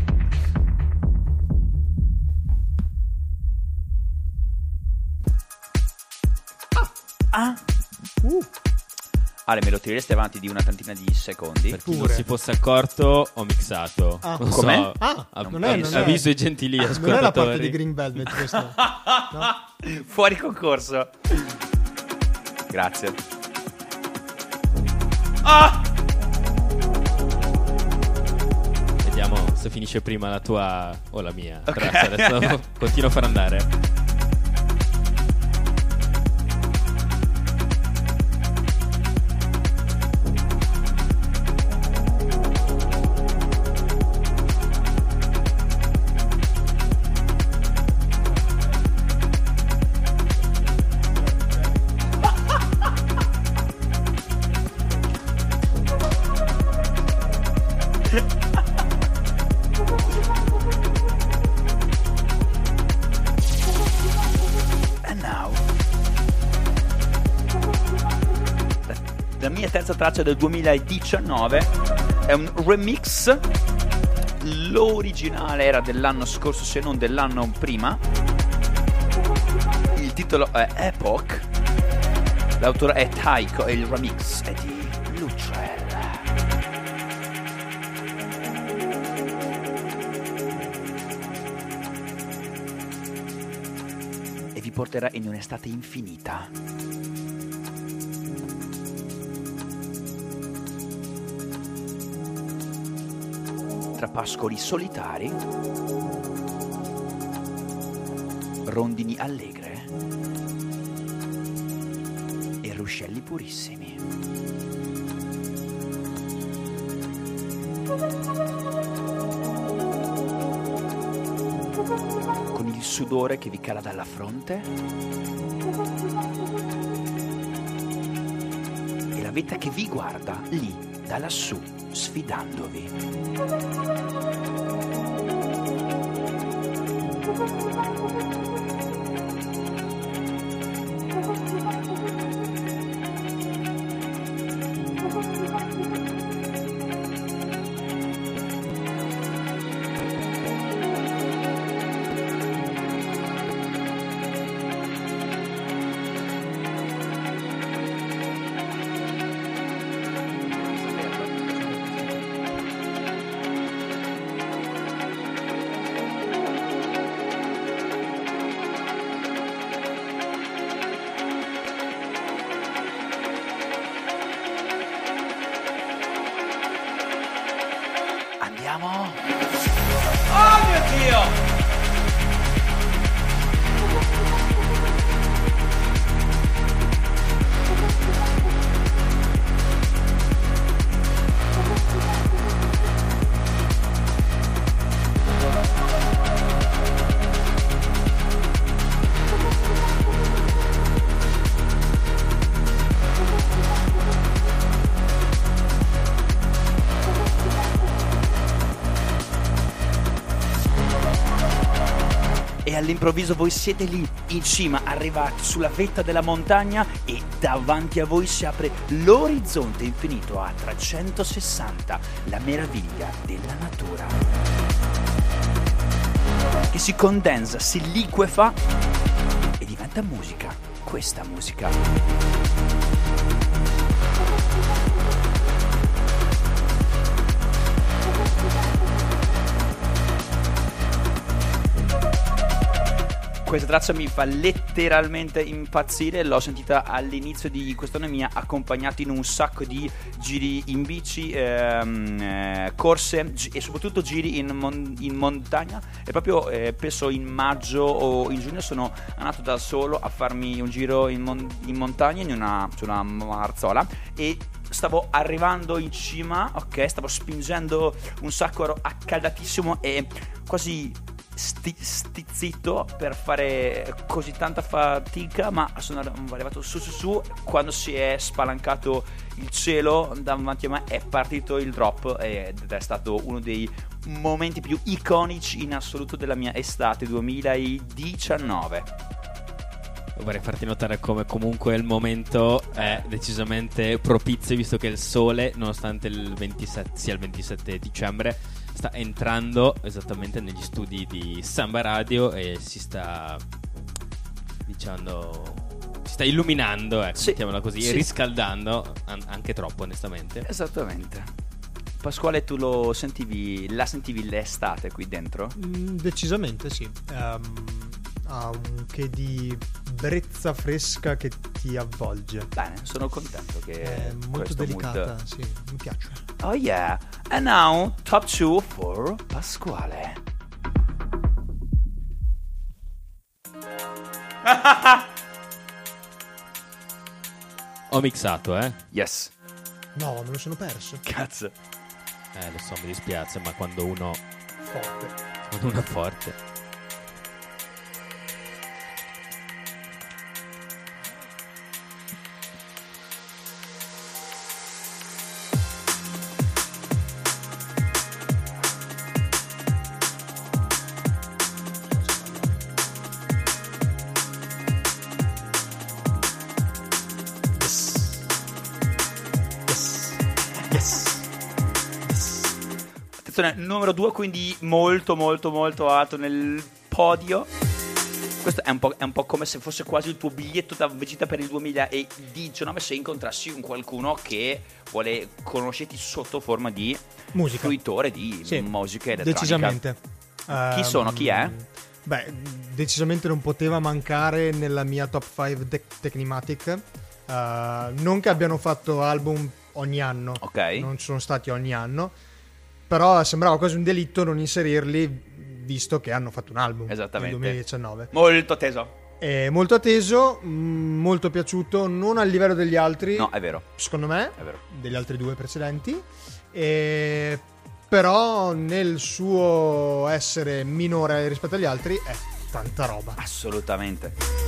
Ah. Ale, me lo tireresti avanti di una tantina di secondi? Per chi non Pure. si fosse accorto, ho mixato. Ah. Non Com'è? so. Ah, Av- non è- non è- avviso i gentili Non è ascoltatori. la parte di Green Velvet questa. No? Fuori concorso. Grazie. Ah! Vediamo se finisce prima la tua o la mia. Ok. Traccia. Adesso continuo a far andare. And now. La mia terza traccia del 2019 è un remix l'originale era dell'anno scorso, se non dell'anno prima. Il titolo è Epoch, l'autore è Taiko e il remix è di Lutrell. E vi porterà in un'estate infinita. Tra pascoli solitari, rondini allegre e ruscelli purissimi. Con il sudore che vi cala dalla fronte e la vita che vi guarda lì da lassù, sfidandovi. Andiamo. Oh mio Dio! E all'improvviso voi siete lì, in cima, arrivati sulla vetta della montagna e davanti a voi si apre l'orizzonte infinito a 360, la meraviglia della natura. Che si condensa, si liquefa e diventa musica, questa musica. Questa traccia mi fa letteralmente impazzire, l'ho sentita all'inizio di quest'anno e mi ha accompagnato in un sacco di giri in bici, corse e soprattutto giri in montagna. E proprio penso in maggio o in giugno sono andato da solo a farmi un giro in montagna su una Marzola e stavo arrivando in cima, ok, stavo spingendo un sacco, ero accaldatissimo e quasi stizzito per fare così tanta fatica, ma sono arrivato su quando si è spalancato il cielo davanti a me è partito il drop ed è stato uno dei momenti più iconici in assoluto della mia estate 2019. Vorrei farti notare come comunque il momento è decisamente propizio, visto che il sole, nonostante il 27 dicembre, sta entrando esattamente negli studi di Samba Radio e si sta, diciamo, si sta illuminando, ecco, sì, mettiamola così, sì, e riscaldando anche troppo, onestamente. Esattamente. Pasquale, tu la sentivi l'estate qui dentro? Decisamente sì. Ha un che di brezza fresca che ti avvolge. Bene, sono contento che è molto questo delicata, mood... sì, mi piace. Oh yeah. And now top 2 for Pasquale. Ho mixato, Yes. No, me lo sono perso. Cazzo. Lo so, mi dispiace, ma quando uno Forte. è forte. Posizione numero 2, quindi molto molto molto alto nel podio. Questo è un po' come se fosse quasi il tuo biglietto da visita per il 2019 se incontrassi un qualcuno che vuole conoscerti sotto forma di Musica. fruitore di Sì, musica elettronica. decisamente. Chi sono? Chi è? Beh, decisamente non poteva mancare nella mia top 5 Technimatic. Non che abbiano fatto album ogni anno, Ok. non sono stati ogni anno, però sembrava quasi un delitto non inserirli visto che hanno fatto un album Esattamente. nel 2019. Molto atteso. È molto atteso, molto piaciuto, non al livello degli altri, No, è vero. secondo me, È vero. degli altri due precedenti, però nel suo essere minore rispetto agli altri è tanta roba. Assolutamente.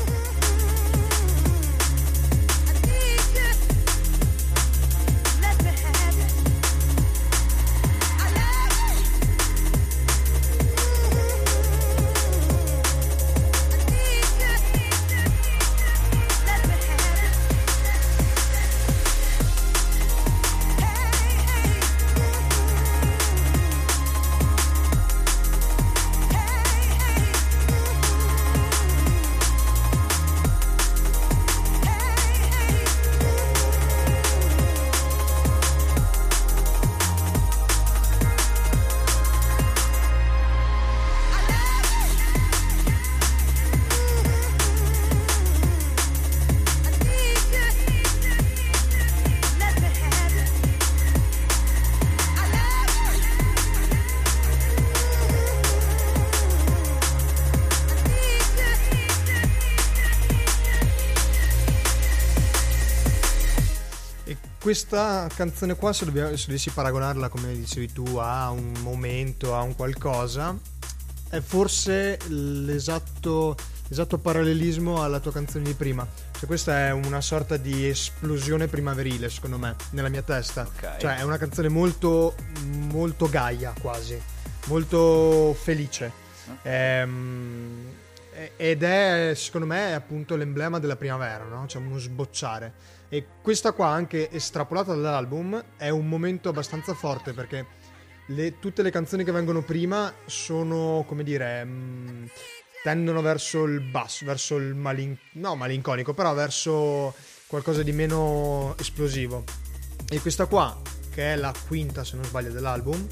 Questa canzone qua, se dovessi paragonarla, come dicevi tu, a un momento, a un qualcosa, è forse l'esatto parallelismo alla tua canzone di prima. Cioè, questa è una sorta di esplosione primaverile, secondo me, nella mia testa. Ok. Cioè, è una canzone molto, molto gaia, quasi, molto felice. Ed è, secondo me, appunto l'emblema della primavera, no? Cioè, uno sbocciare. E questa qua, anche estrapolata dall'album, è un momento abbastanza forte, perché tutte le canzoni che vengono prima sono, come dire, tendono verso il basso, verso il malinconico, però verso qualcosa di meno esplosivo. E questa qua, che è la quinta, se non sbaglio, dell'album,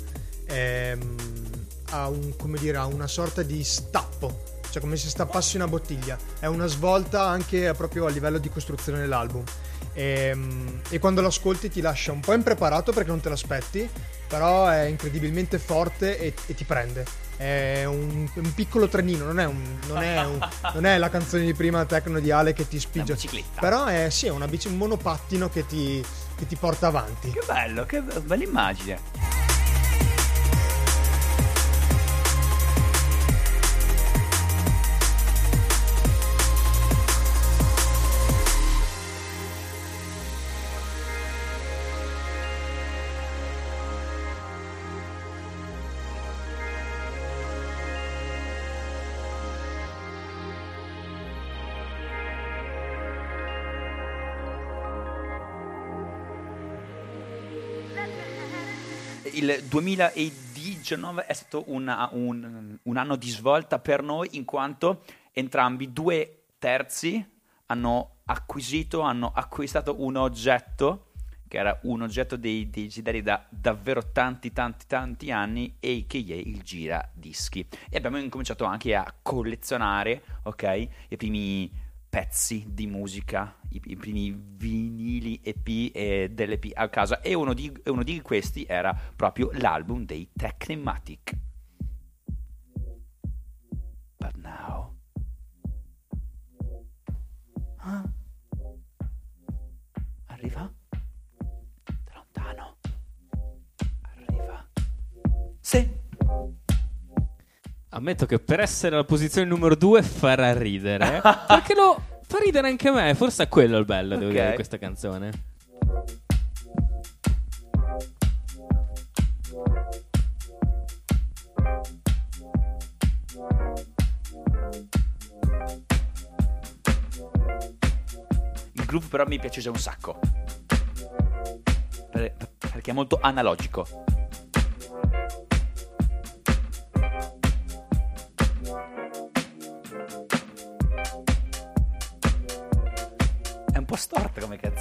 ha una sorta di stappo, cioè come se stappassi una bottiglia. È una svolta anche proprio a livello di costruzione dell'album. E quando lo ascolti ti lascia un po' impreparato perché non te lo aspetti, però è incredibilmente forte e ti prende. È un piccolo trenino, non è la canzone di prima techno di Ale che ti spinge, Una bicicletta. però è un monopattino che ti porta avanti. Che bello, che bella immagine. Il 2019 è stato un anno di svolta per noi, in quanto entrambi 2/3 hanno acquistato un oggetto che era un oggetto dei desideri da davvero tanti anni, a.k.a. il giradischi. E abbiamo incominciato anche a collezionare, ok, i primi pezzi di musica, i primi vinili EP e dell'EP a casa, e uno di questi era proprio l'album dei Technimatic. But now arriva da lontano, arriva. Sì. Ammetto che per essere alla posizione numero 2 farà ridere, perché fa ridere anche me, forse è quello il bello, devo dire, di questa canzone. Il groove però mi piace già un sacco, perché è molto analogico.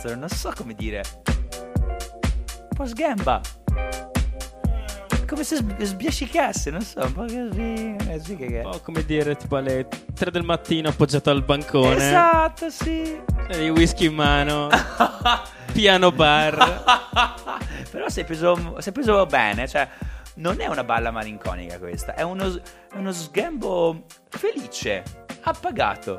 cazzo, non so come dire. Un po' sgamba. Come se sbiascicasse, non so, un po' così. Sì, che... Un po' come dire, tipo alle 3 del mattino appoggiato al bancone. Esatto, sì. E whisky in mano. Piano bar. Però sei preso bene, cioè non è una balla malinconica questa, è uno sgambo felice, appagato.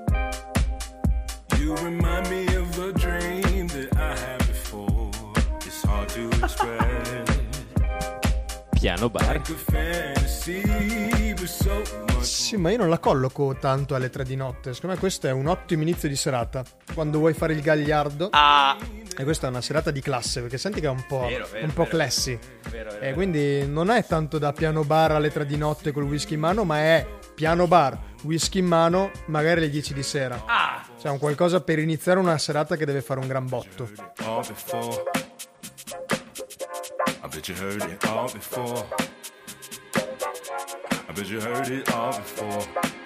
You remind me of a dream that I had before. It's hard to express. Piano bar. Like a fantasy, but so much. Sì, ma io non la colloco tanto alle 3 di notte. Secondo me questo è un ottimo inizio di serata. Quando vuoi fare il gagliardo. Ah, E questa è una serata di classe, perché senti che è un po', Vero, classy. vero. E quindi non è tanto da piano bar alle 3 di notte col whisky in mano, ma è piano bar, whisky in mano, magari alle 10 di sera. Cioè un qualcosa per iniziare una serata che deve fare un gran botto. All before. I bet you heard it all before. I bet you heard it all before.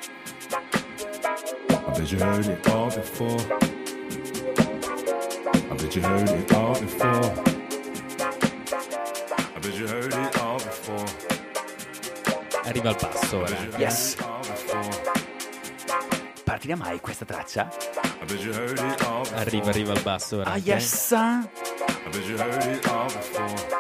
I bet you heard it all before. I bet you heard it all before. I bet you heard it all before. Arriva al basso ora. yes. All before. Partirà mai questa traccia? I bet you heard it all before. Arriva al basso ora. Ah, ok? yes. I bet you heard it all before.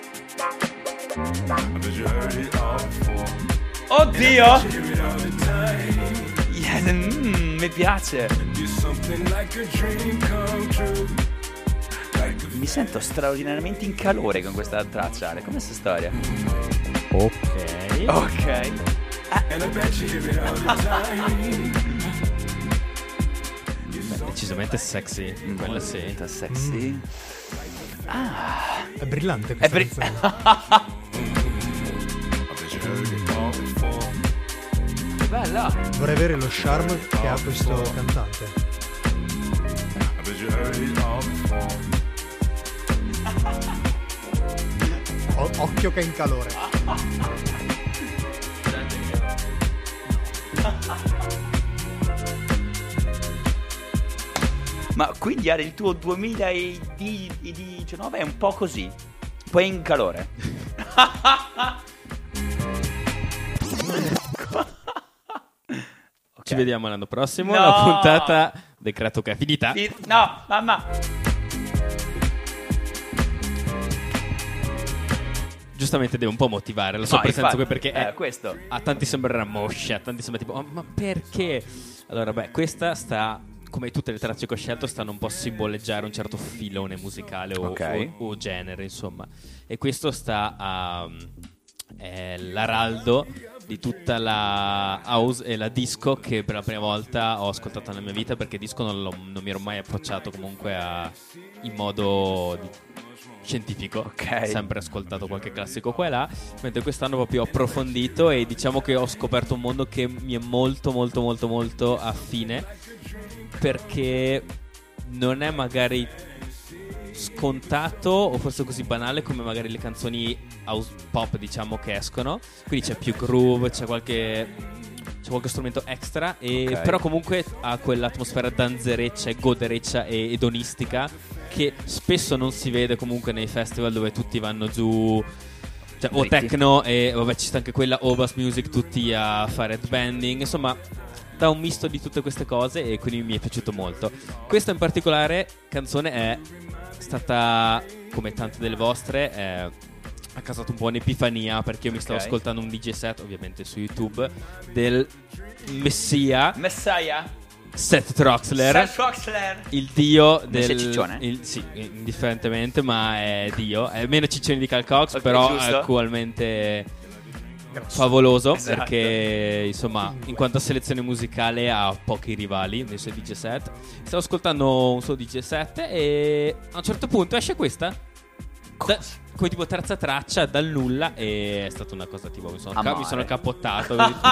I bet you heard it all before. Oddio! Hear it all the time. Yes, mi piace. You're something like a dream come true. Like a Mi sento straordinariamente in calore con questa traccia. Com'è questa storia? Ok. Ok. and I bet you hear it all the time. Beh, decisamente sexy. Quella sì. Molto sexy. È brillante È questa canzone. I bet you heard it all before. Bella. Vorrei avere lo charme che ha questo cantante. I bet you heard it all before. Occhio che è in calore. Ma quindi il tuo 2019 è un po' così. Poi in calore. Ci vediamo l'anno prossimo. No! La puntata decreto che è finita. No, mamma. Giustamente deve un po' motivare la sua No, presenza infatti, qui perché questo. a tanti sembrerà moscia, a tanti sembra tipo "Oh, ma perché?". Allora, beh, questa sta, come tutte le tracce che ho scelto, stanno un po' a simboleggiare un certo filone musicale Ok. o genere, insomma. E questo sta a è l'araldo di tutta la house e la disco che per la prima volta ho ascoltato nella mia vita, perché disco non mi ero mai approcciato comunque in modo scientifico. Ok. Sempre ascoltato qualche classico qua e là, mentre quest'anno proprio ho approfondito e diciamo che ho scoperto un mondo che mi è molto molto molto molto affine, perché non è magari scontato o forse così banale come magari le canzoni house pop, diciamo, che escono. Quindi c'è più groove, c'è qualche strumento extra Ok. però comunque ha quell'atmosfera danzereccia e godereccia e edonistica che spesso non si vede comunque nei festival dove tutti vanno giù, cioè, o Dritti. techno e vabbè ci sta anche quella o bass music, tutti a fare headbanding, insomma dà un misto di tutte queste cose e quindi mi è piaciuto molto. Questa in particolare canzone è stata, come tante delle vostre, ha causato un po' un'epifania, perché io mi stavo Ok. ascoltando un DJ set, ovviamente su YouTube, del messia Messiah. Seth Troxler, Seth Troxler. il dio Messia del ciccione? sì, indifferentemente, ma è dio. È meno ciccione di Carl Cox, Ok, però giusto. è ugualmente favoloso, Esatto. perché insomma in quanto a selezione musicale ha pochi rivali nei suoi DJ set. Stavo ascoltando un suo DJ set e a un certo punto esce questa come tipo terza traccia dal nulla, e è stata una cosa tipo mi sono Amore. cappottato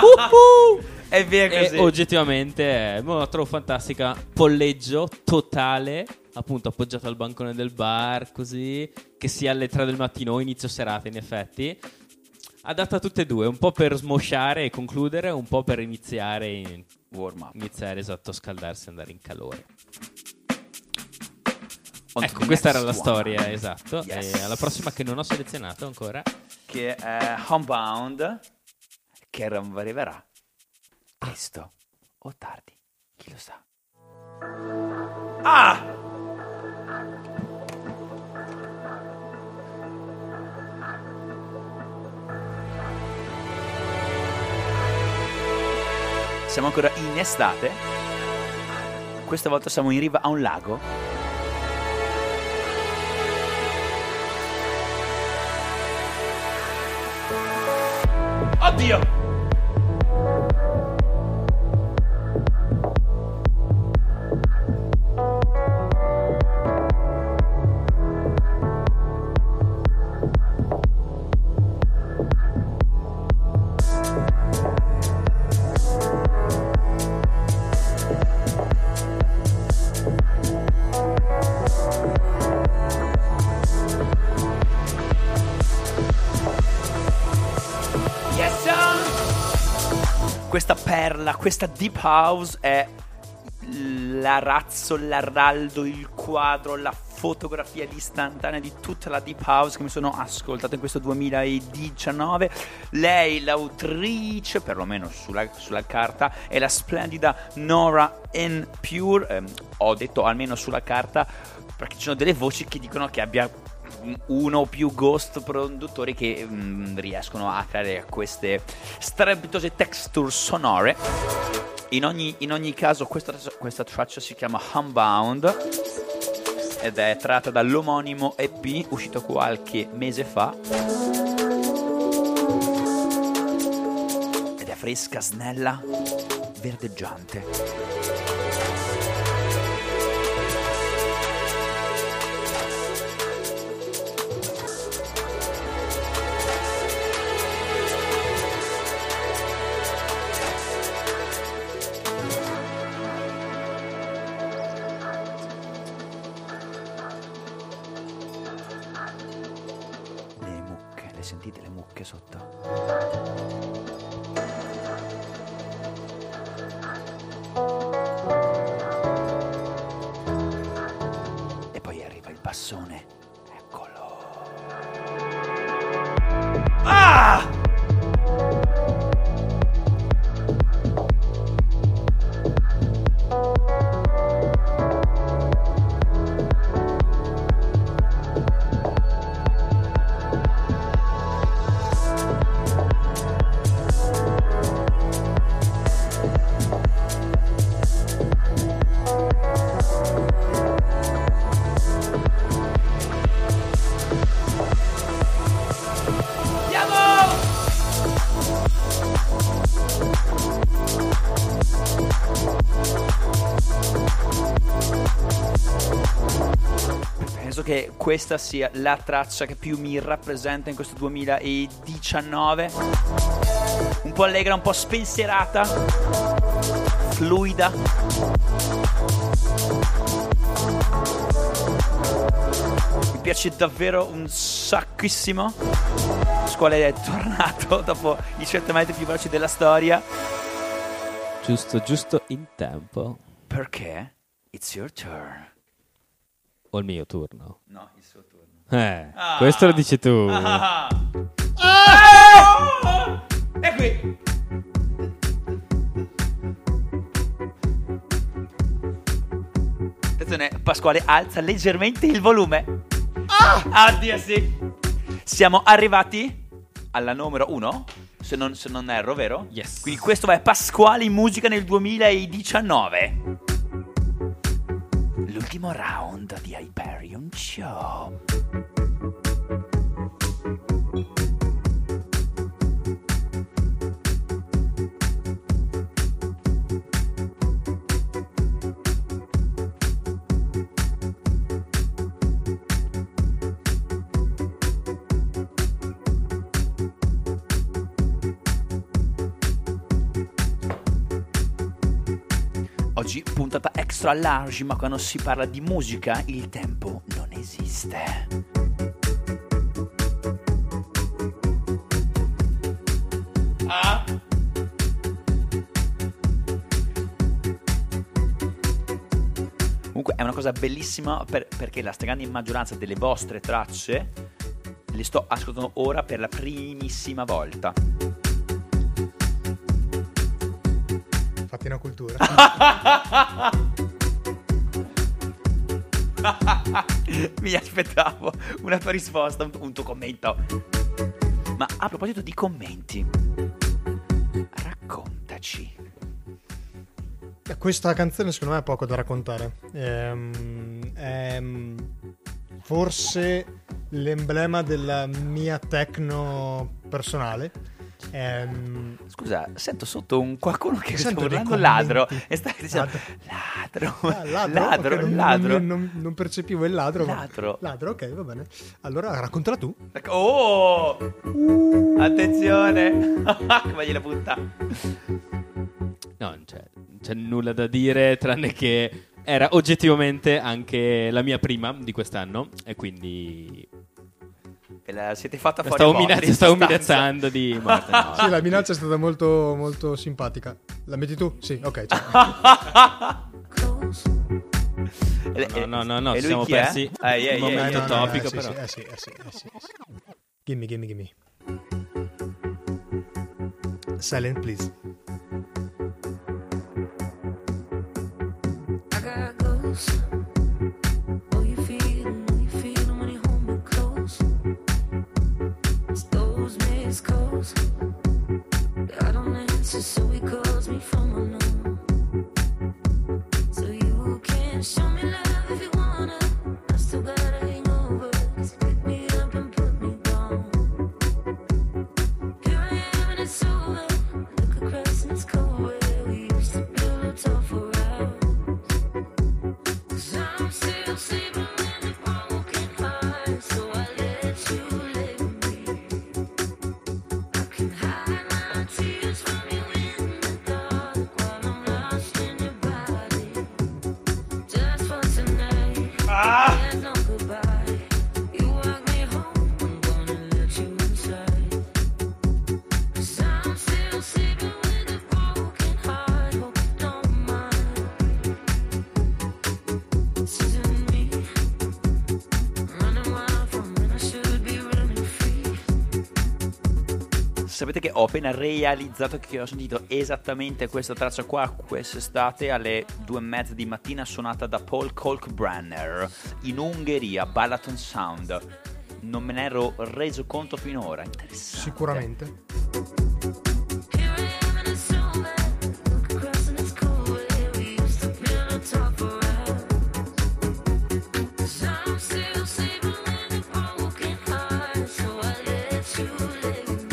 È via e così. oggettivamente la trovo fantastica. Polleggio totale, appunto appoggiato al bancone del bar, così che sia alle 3 del mattino o inizio serata, in effetti adatta a tutte e due, un po' per smosciare e concludere, un po' per iniziare Warm up. esatto, a scaldarsi e andare in calore. Ecco, the questa era next la one. storia, esatto. Yes. E alla prossima che non ho selezionato ancora. Che è Homebound, che arriverà presto o tardi, chi lo sa. Ah! Siamo ancora in estate. Questa volta siamo in riva a un lago. Oddio! Questa perla, questa deep house è l'arazzo, l'araldo, il quadro, la fotografia istantanea di tutta la deep house che mi sono ascoltato in questo 2019. Lei, l'autrice, perlomeno sulla carta, è la splendida Nora En Pure. Ho detto almeno sulla carta perché ci sono delle voci che dicono che abbia uno o più ghost produttori che riescono a creare queste strepitose texture sonore. In ogni caso questa traccia si chiama Homebound ed è tratta dall'omonimo EP uscito qualche mese fa ed è fresca, snella, verdeggiante. Sentite le mucche sotto? E poi arriva il bassone. Eccolo. Ah! Che questa sia la traccia che più mi rappresenta in questo 2019. Un po' allegra, un po' spensierata, fluida. Mi piace davvero un sacchissimo. Squale è tornato dopo i 100 metri più veloci della storia. Giusto in tempo. Perché? It's your turn. O il mio turno? No, il suo turno. Questo lo dici tu. E qui. Attenzione, Pasquale alza leggermente il volume. Oddio sì. Siamo arrivati alla numero 1, se non erro, vero? Yes. Quindi questo è Pasquale in musica nel 2019. L'ultimo round di Hyperion Show. Oggi puntata extra large, ma quando si parla di musica il tempo non esiste. Comunque è una cosa bellissima perché la stragrande maggioranza delle vostre tracce le sto ascoltando ora per la primissima volta. Fatti una cultura. Mi aspettavo una tua risposta, un tuo commento. Ma a proposito di commenti, raccontaci. Questa canzone secondo me ha poco da raccontare. È forse l'emblema della mia techno personale. Scusa, sento sotto qualcuno che sta Sento dei urlando ladro commenti. e sta dicendo ladro. Ladro, ok, ladro. non percepivo il ladro. Ladro. Ladro, ok, va bene. Allora raccontala tu. Oh! Attenzione! Come gliela butta? No, non c'è nulla da dire, tranne che era oggettivamente anche la mia prima di quest'anno, e quindi E la siete fatta fuori a botte, in stavo sostanza. minacciando di morte. No. Sì, la minaccia è stata molto, molto simpatica. La metti tu? Sì, ok. Ciao. No, E ci lui siamo chi è? persi un momento no, topico, sì, però. sì. Gimme. Silent, please. I got ghosts. Oh, you feel 'em when you hold me close. It's those missed calls. I don't answer, so he calls me from unknown. So you can show me love if you wanna. I still gotta hang over. 'Cause you pick me up and put me down. Here I am and it's over. Look across and it's cold where we used to build a tough hours. I'm still sleeping with a broken heart, so I let you live me. I can hide my tears from you in the dark while I'm lost in your body. Just for tonight, there's no goodbye. You walk me home, I'm gonna let you inside. 'Cause I'm still sleeping with a broken heart, hope you don't mind. This isn't me, running wild from when I should be running free. Sapete che ho appena realizzato che ho sentito esattamente questa traccia qua quest'estate alle 2:30 di mattina, suonata da Paul Kalkbrenner in Ungheria, Balaton Sound. Non me ne ero reso conto finora. Interessante. Sicuramente. Here I am and it's over. Look across and it's cold where we used to build a top for us. 'Cause I'm still sleeping with a broken heart, so I let you live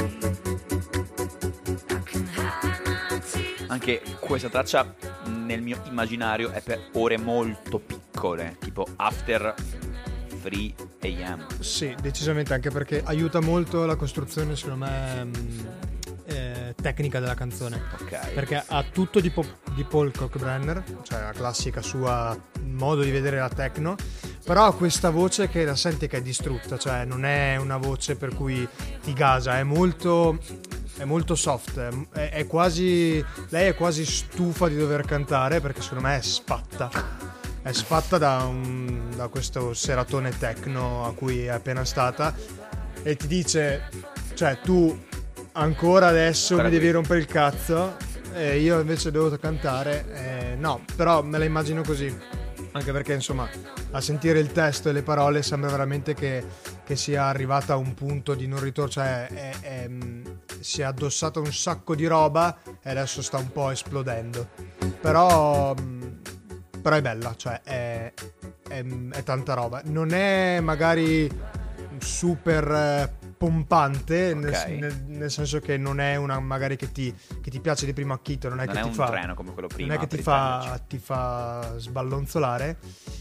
me. I can hide my tears. Anche questa traccia nel mio immaginario è per ore molto piccole, tipo after 3 AM. Sì, decisamente, anche perché aiuta molto la costruzione, secondo me, tecnica della canzone. Ok. Perché ha tutto di Paul Kalkbrenner, cioè la classica sua modo di vedere la techno, però ha questa voce che la senti che è distrutta, cioè non è una voce per cui ti gasa, è molto soft, è quasi, lei è quasi stufa di dover cantare, perché secondo me è sfatta da questo seratone techno a cui è appena stata, e ti dice, cioè, tu ancora adesso mi devi rompere il cazzo e io invece devo cantare. No, però me la immagino così, anche perché insomma a sentire il testo e le parole sembra veramente che sia arrivata a un punto di non ritorno, cioè si è addossata un sacco di roba e adesso sta un po' esplodendo, però è bella, cioè è tanta roba, non è magari super pompante, Ok. nel senso che non è una magari che ti piace di primo acchito, non è Non che è ti un fa, treno come quello prima. non è che per ti intenderci. fa sballonzolare,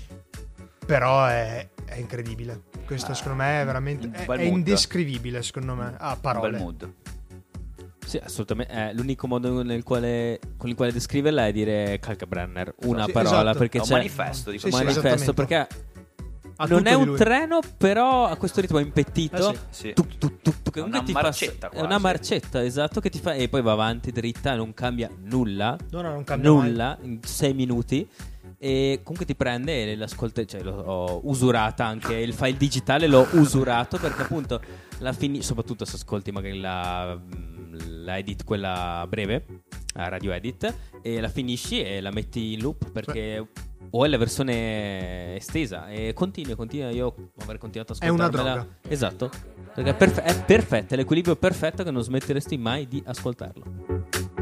però è incredibile. Questo secondo me è veramente un è bel mood. indescrivibile, secondo me, a Un parole. bel mood. Sì, assolutamente. L'unico modo con il quale descriverla è dire Kalkbrenner, una Sì, parola, esatto. perché È un c'è manifesto di Sì, questo. sì, manifesto, esattamente. perché Ha non tutto è di un lui. treno, però ha questo ritmo impettito. Sì. Tuc, tuc, tuc, tuc, che Una comunque ti fa- marcetta è una quasi. marcetta, esatto, che ti fa, e poi va avanti dritta, non cambia nulla. No, non cambia mai. Nulla in 6 minuti. E comunque ti prende e l'ascolta, cioè l'ho usurata anche il file digitale, l'ho usurato perché appunto soprattutto se ascolti magari la edit, quella breve, la radio edit, e la finisci e la metti in loop perché o è la versione estesa e continua. Io avrei continuato a È una ascoltarmela. droga. Esatto, perché è perfetta, è l'equilibrio perfetto che non smetteresti mai di ascoltarlo.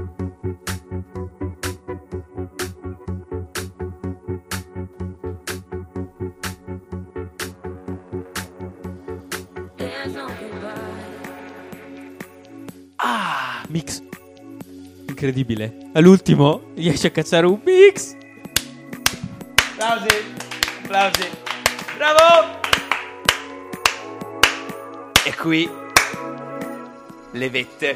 There's no goodbye. Mix incredibile, all'ultimo riesce a cacciare un mix. Applausi. Bravo! E qui le vette.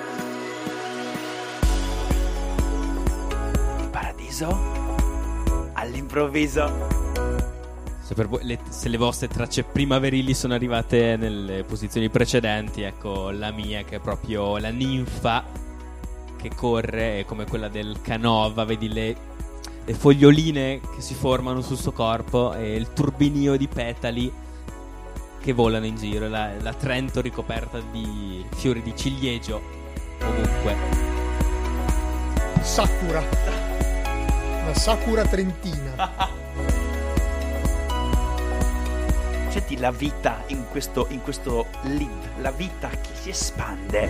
Il paradiso all'improvviso. Se le vostre tracce primaverili sono arrivate nelle posizioni precedenti, ecco la mia che è proprio la ninfa che corre, è come quella del Canova, vedi le foglioline che si formano sul suo corpo e il turbinio di petali che volano in giro, la Trento ricoperta di fiori di ciliegio ovunque. Sakura. La Sakura trentina. Senti la vita in questo lead, la vita che si espande.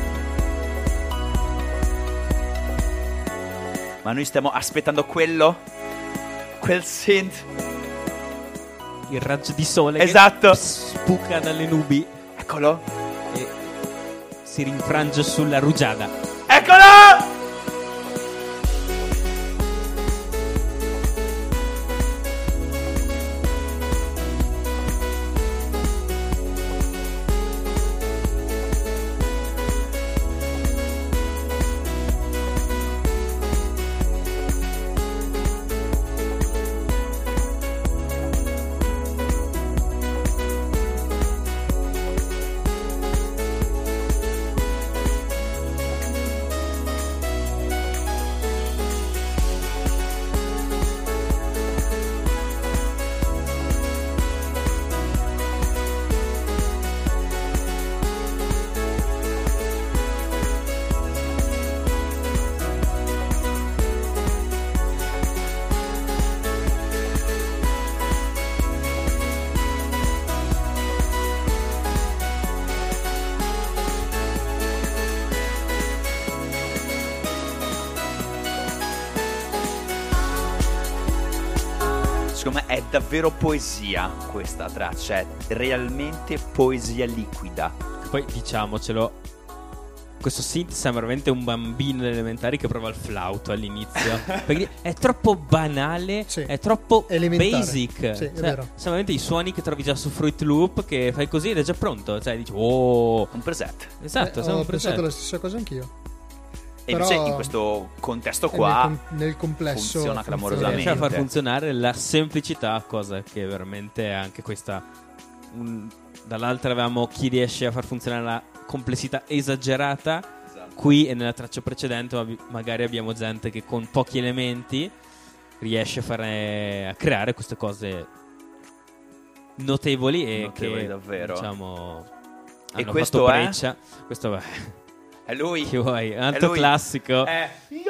Ma noi stiamo aspettando quel synth. Il raggio di sole Esatto. che spuca dalle nubi Eccolo. e si rinfrange sulla rugiada. Eccolo! Secondo me è davvero poesia questa traccia, è realmente poesia liquida. Poi diciamocelo, questo synth sembra veramente un bambino delle elementari che prova il flauto all'inizio. Perché è troppo banale, Sì, è troppo elementare. basic. Sì, è vero. Sono veramente i suoni che trovi già su Fruit Loop, che fai così ed è già pronto. Cioè dici, oh, Un preset. esatto, siamo Ho pensato presenti. la stessa cosa anch'io. E Però- invece in questo contesto qua nel complesso funziona clamorosamente. Riesce a far funzionare la semplicità, cosa che veramente è anche questa. Dall'altra avevamo chi riesce a far funzionare la complessità esagerata. Esatto. Qui e nella traccia precedente magari abbiamo gente che con pochi elementi riesce a creare queste cose notevoli e Notevoli che davvero. diciamo E hanno questo fatto è? breccia. Questo È lui. che vuoi? È Altro lui. classico. È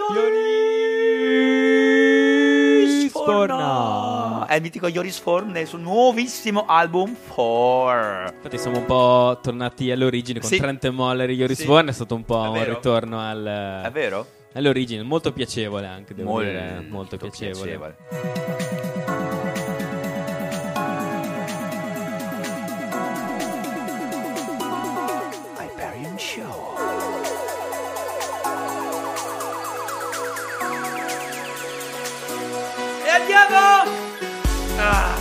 Yoris Forno. È il mitico Yoris Forno nel suo nuovissimo album 4. Infatti siamo un po' tornati all'origine con Sì. Trent Moller e Yoris Sì. Vorn, è stato un po' È un vero. ritorno È vero? all'origine, molto piacevole anche, devo dire, molto piacevole. Hyperion Show. E andiamo! Ah.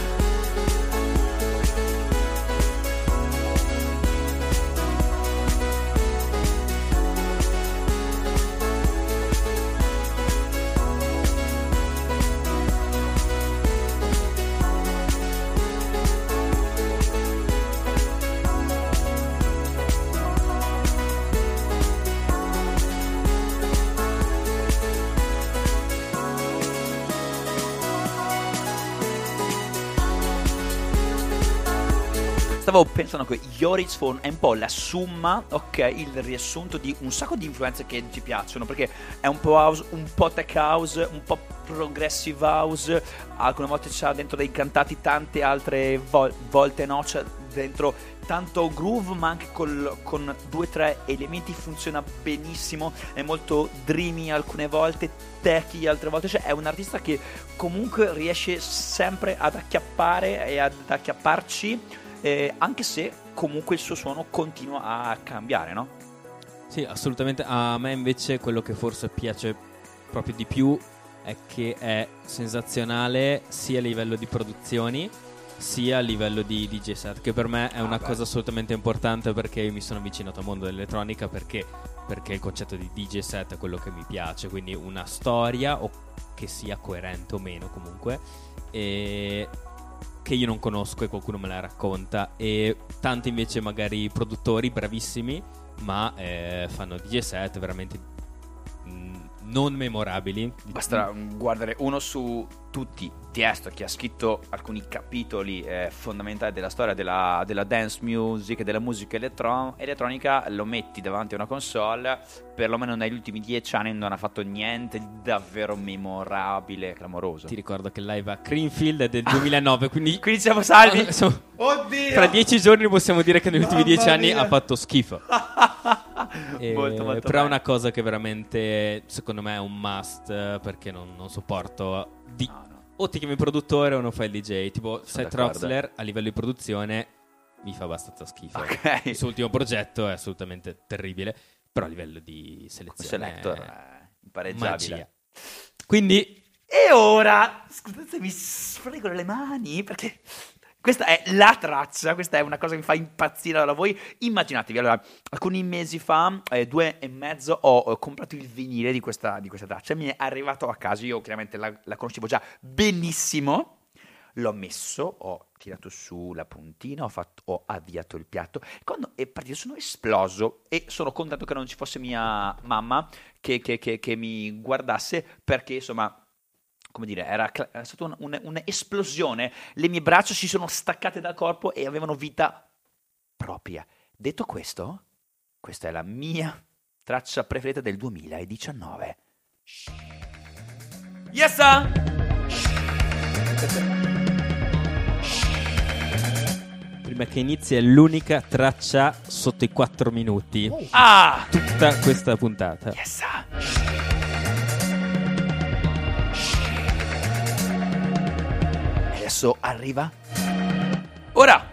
stavo pensando che Yorits Phone è un po' la somma, ok, il riassunto di un sacco di influenze che ci piacciono, perché è un po' house, un po' tech house, un po' progressive house, alcune volte c'ha dentro dei cantati, tante altre volte no, c'è dentro tanto groove, ma anche con 2-3 elementi funziona benissimo, è molto dreamy alcune volte, techy altre volte, cioè è un artista che comunque riesce sempre ad acchiappare e ad acchiapparci, anche se comunque il suo suono continua a cambiare, no? Sì, assolutamente. A me invece quello che forse piace proprio di più è che è sensazionale sia a livello di produzioni sia a livello di DJ set, che per me è una cosa assolutamente importante, perché io mi sono avvicinato al mondo dell'elettronica perché il concetto di DJ set è quello che mi piace, quindi una storia o che sia coerente o meno comunque, e che io non conosco e qualcuno me la racconta, e tanti invece magari produttori bravissimi ma fanno DJ set veramente non memorabili. Basta guardare uno su tutti, Tiesto, che ha scritto alcuni capitoli fondamentali della storia della dance music e della musica elettronica, lo metti davanti a una console, perlomeno negli ultimi 10 anni non ha fatto niente di davvero memorabile, clamoroso. Ti ricordo che il live a Creamfield è del 2009, quindi siamo salvi. Oddio! Tra 10 giorni possiamo dire che negli ultimi 10 anni ha fatto schifo. Molto però bene. è una cosa che veramente secondo me è un must, perché non sopporto o ti chiami produttore o non fai il DJ. Tipo Seth d'accordo. Troxler a livello di produzione mi fa abbastanza schifo. Ok. Il suo ultimo progetto è assolutamente terribile, però a livello di selezione Selector è impareggiabile. magia. Quindi E ora, scusate, mi sfrego le mani perché questa è la traccia, questa è una cosa che mi fa impazzire. Allora, voi immaginatevi, allora, alcuni mesi fa, 2 e mezzo, ho comprato il vinile di questa traccia, mi è arrivato a casa, io chiaramente la conoscevo già benissimo, l'ho messo, ho tirato su la puntina, ho avviato il piatto, quando è partito sono esploso e sono contento che non ci fosse mia mamma che mi guardasse, perché insomma, come dire, era stata un'esplosione. Le mie braccia si sono staccate dal corpo e avevano vita propria. Detto questo, questa è la mia traccia preferita del 2019. Yes, sir! prima che inizi è l'unica traccia sotto i 4 minuti. Ah! Tutta questa puntata. Yes, sir! Adesso arriva. Ora!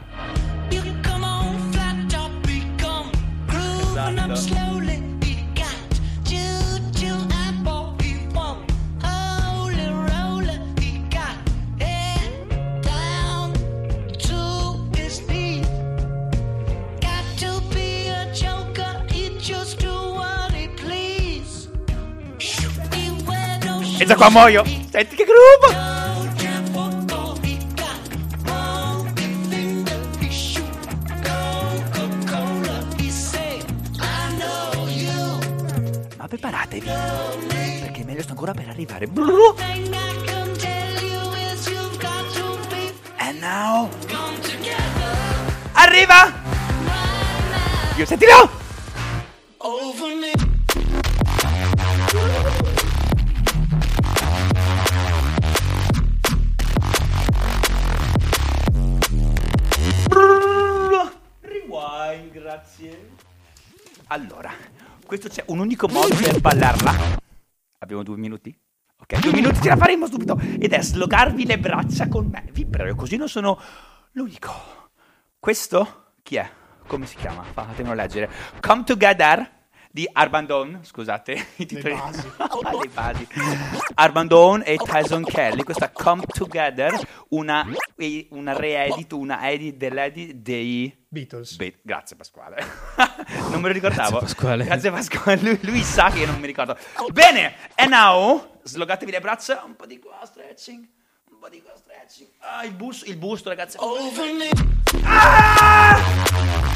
E già qua muoio! Senti che groove! Ma preparatevi, perché meglio sto ancora per arrivare. And now arriva! Io sentilo! Rewind, grazie. Allora, questo c'è un unico modo per ballarla. Abbiamo 2 minuti? Ok, 2 minuti ce la faremo subito. Ed è slogarvi le braccia con me. Vi prego, così non sono l'unico. Questo chi è? Come si chiama? Fatemelo leggere. Come Together di Arbandone. Scusate i titoli. Le basi. Arbandone e Tyson Kelly. Questa Come Together, una re-edit, una edit dell'edit dei Beatles. Grazie Pasquale. Non me lo ricordavo. Grazie, Pasquale. Lui sa che io non mi ricordo. Bene, e now slogatevi le braccia, un po' di qua stretching, un po' di qua stretching. Ah, il busto ragazzi. Ah!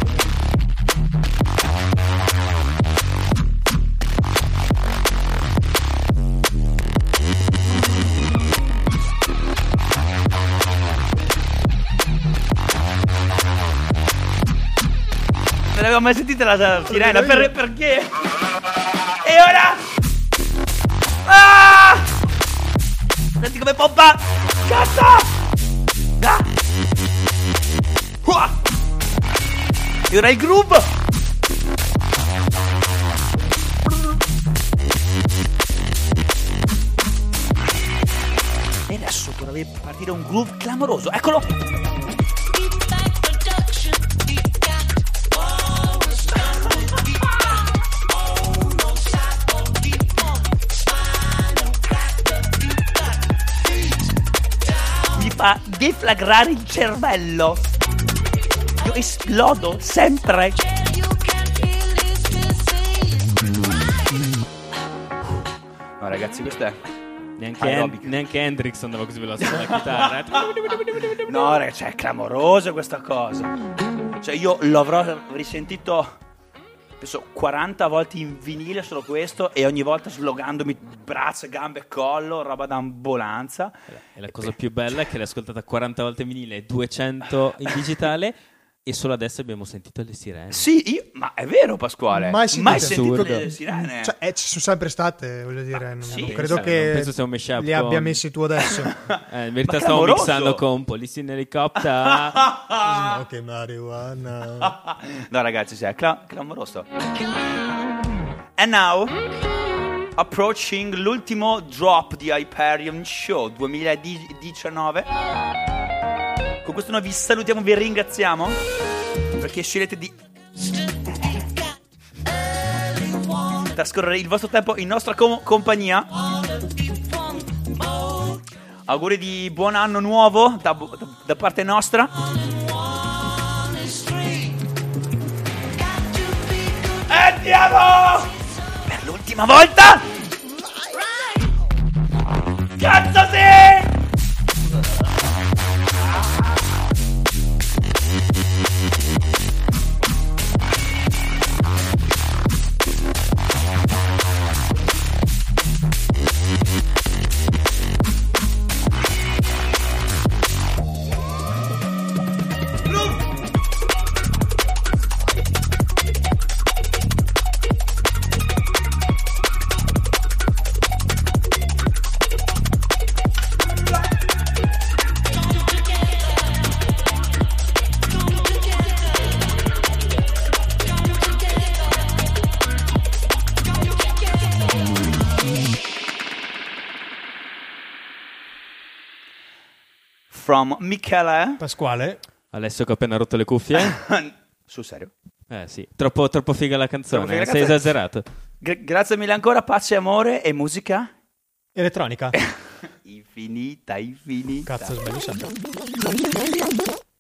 avevo mai sentito la sirena. Perché? E ora? Ah! Senti come pompa! Cazzo! Ah! Uah! E ora il groove! E adesso dovrebbe partire un groove clamoroso. Eccolo! Mi fa deflagrare il cervello. Io esplodo sempre. No, ragazzi, questo è aerobic. Neanche Hendrix andava così veloce con la chitarra. No, ragazzi, è clamorosa questa cosa. Cioè, io l'avrò risentito penso 40 volte in vinile solo questo, e ogni volta slogandomi braccia, gambe, collo, roba d'ambulanza. E la cosa più bella è che l'hai ascoltata 40 volte in vinile e 200 in digitale, e solo adesso abbiamo sentito le sirene. Sì, ma è vero, Pasquale. Mai sentite? sentito Assurdo. le sirene. Cioè, ci sono sempre state, voglio dire. Non, sì, non credo non che penso sia un mashup li abbia con- messi tu adesso. In verità Ma stavo clamoroso! mixando con Police in Helicopter. Ok, marijuana. No, ragazzi, sì, è clamoroso. And now, approaching l'ultimo drop di Hyperion Show 2019. Con questo noi vi salutiamo, vi ringraziamo perché scegliete di trascorrere il vostro tempo in nostra compagnia. Auguri di buon anno nuovo da parte nostra. E andiamo per l'ultima volta. Cazzo sì! From Michele. Pasquale. Alessio che ha appena rotto le cuffie. Sul serio. Sì, troppo figa la canzone. Troppo figa la Sei canzone. esagerato. Grazie mille ancora, pace, amore e musica Elettronica. infinita. Cazzo, sbaglio sempre.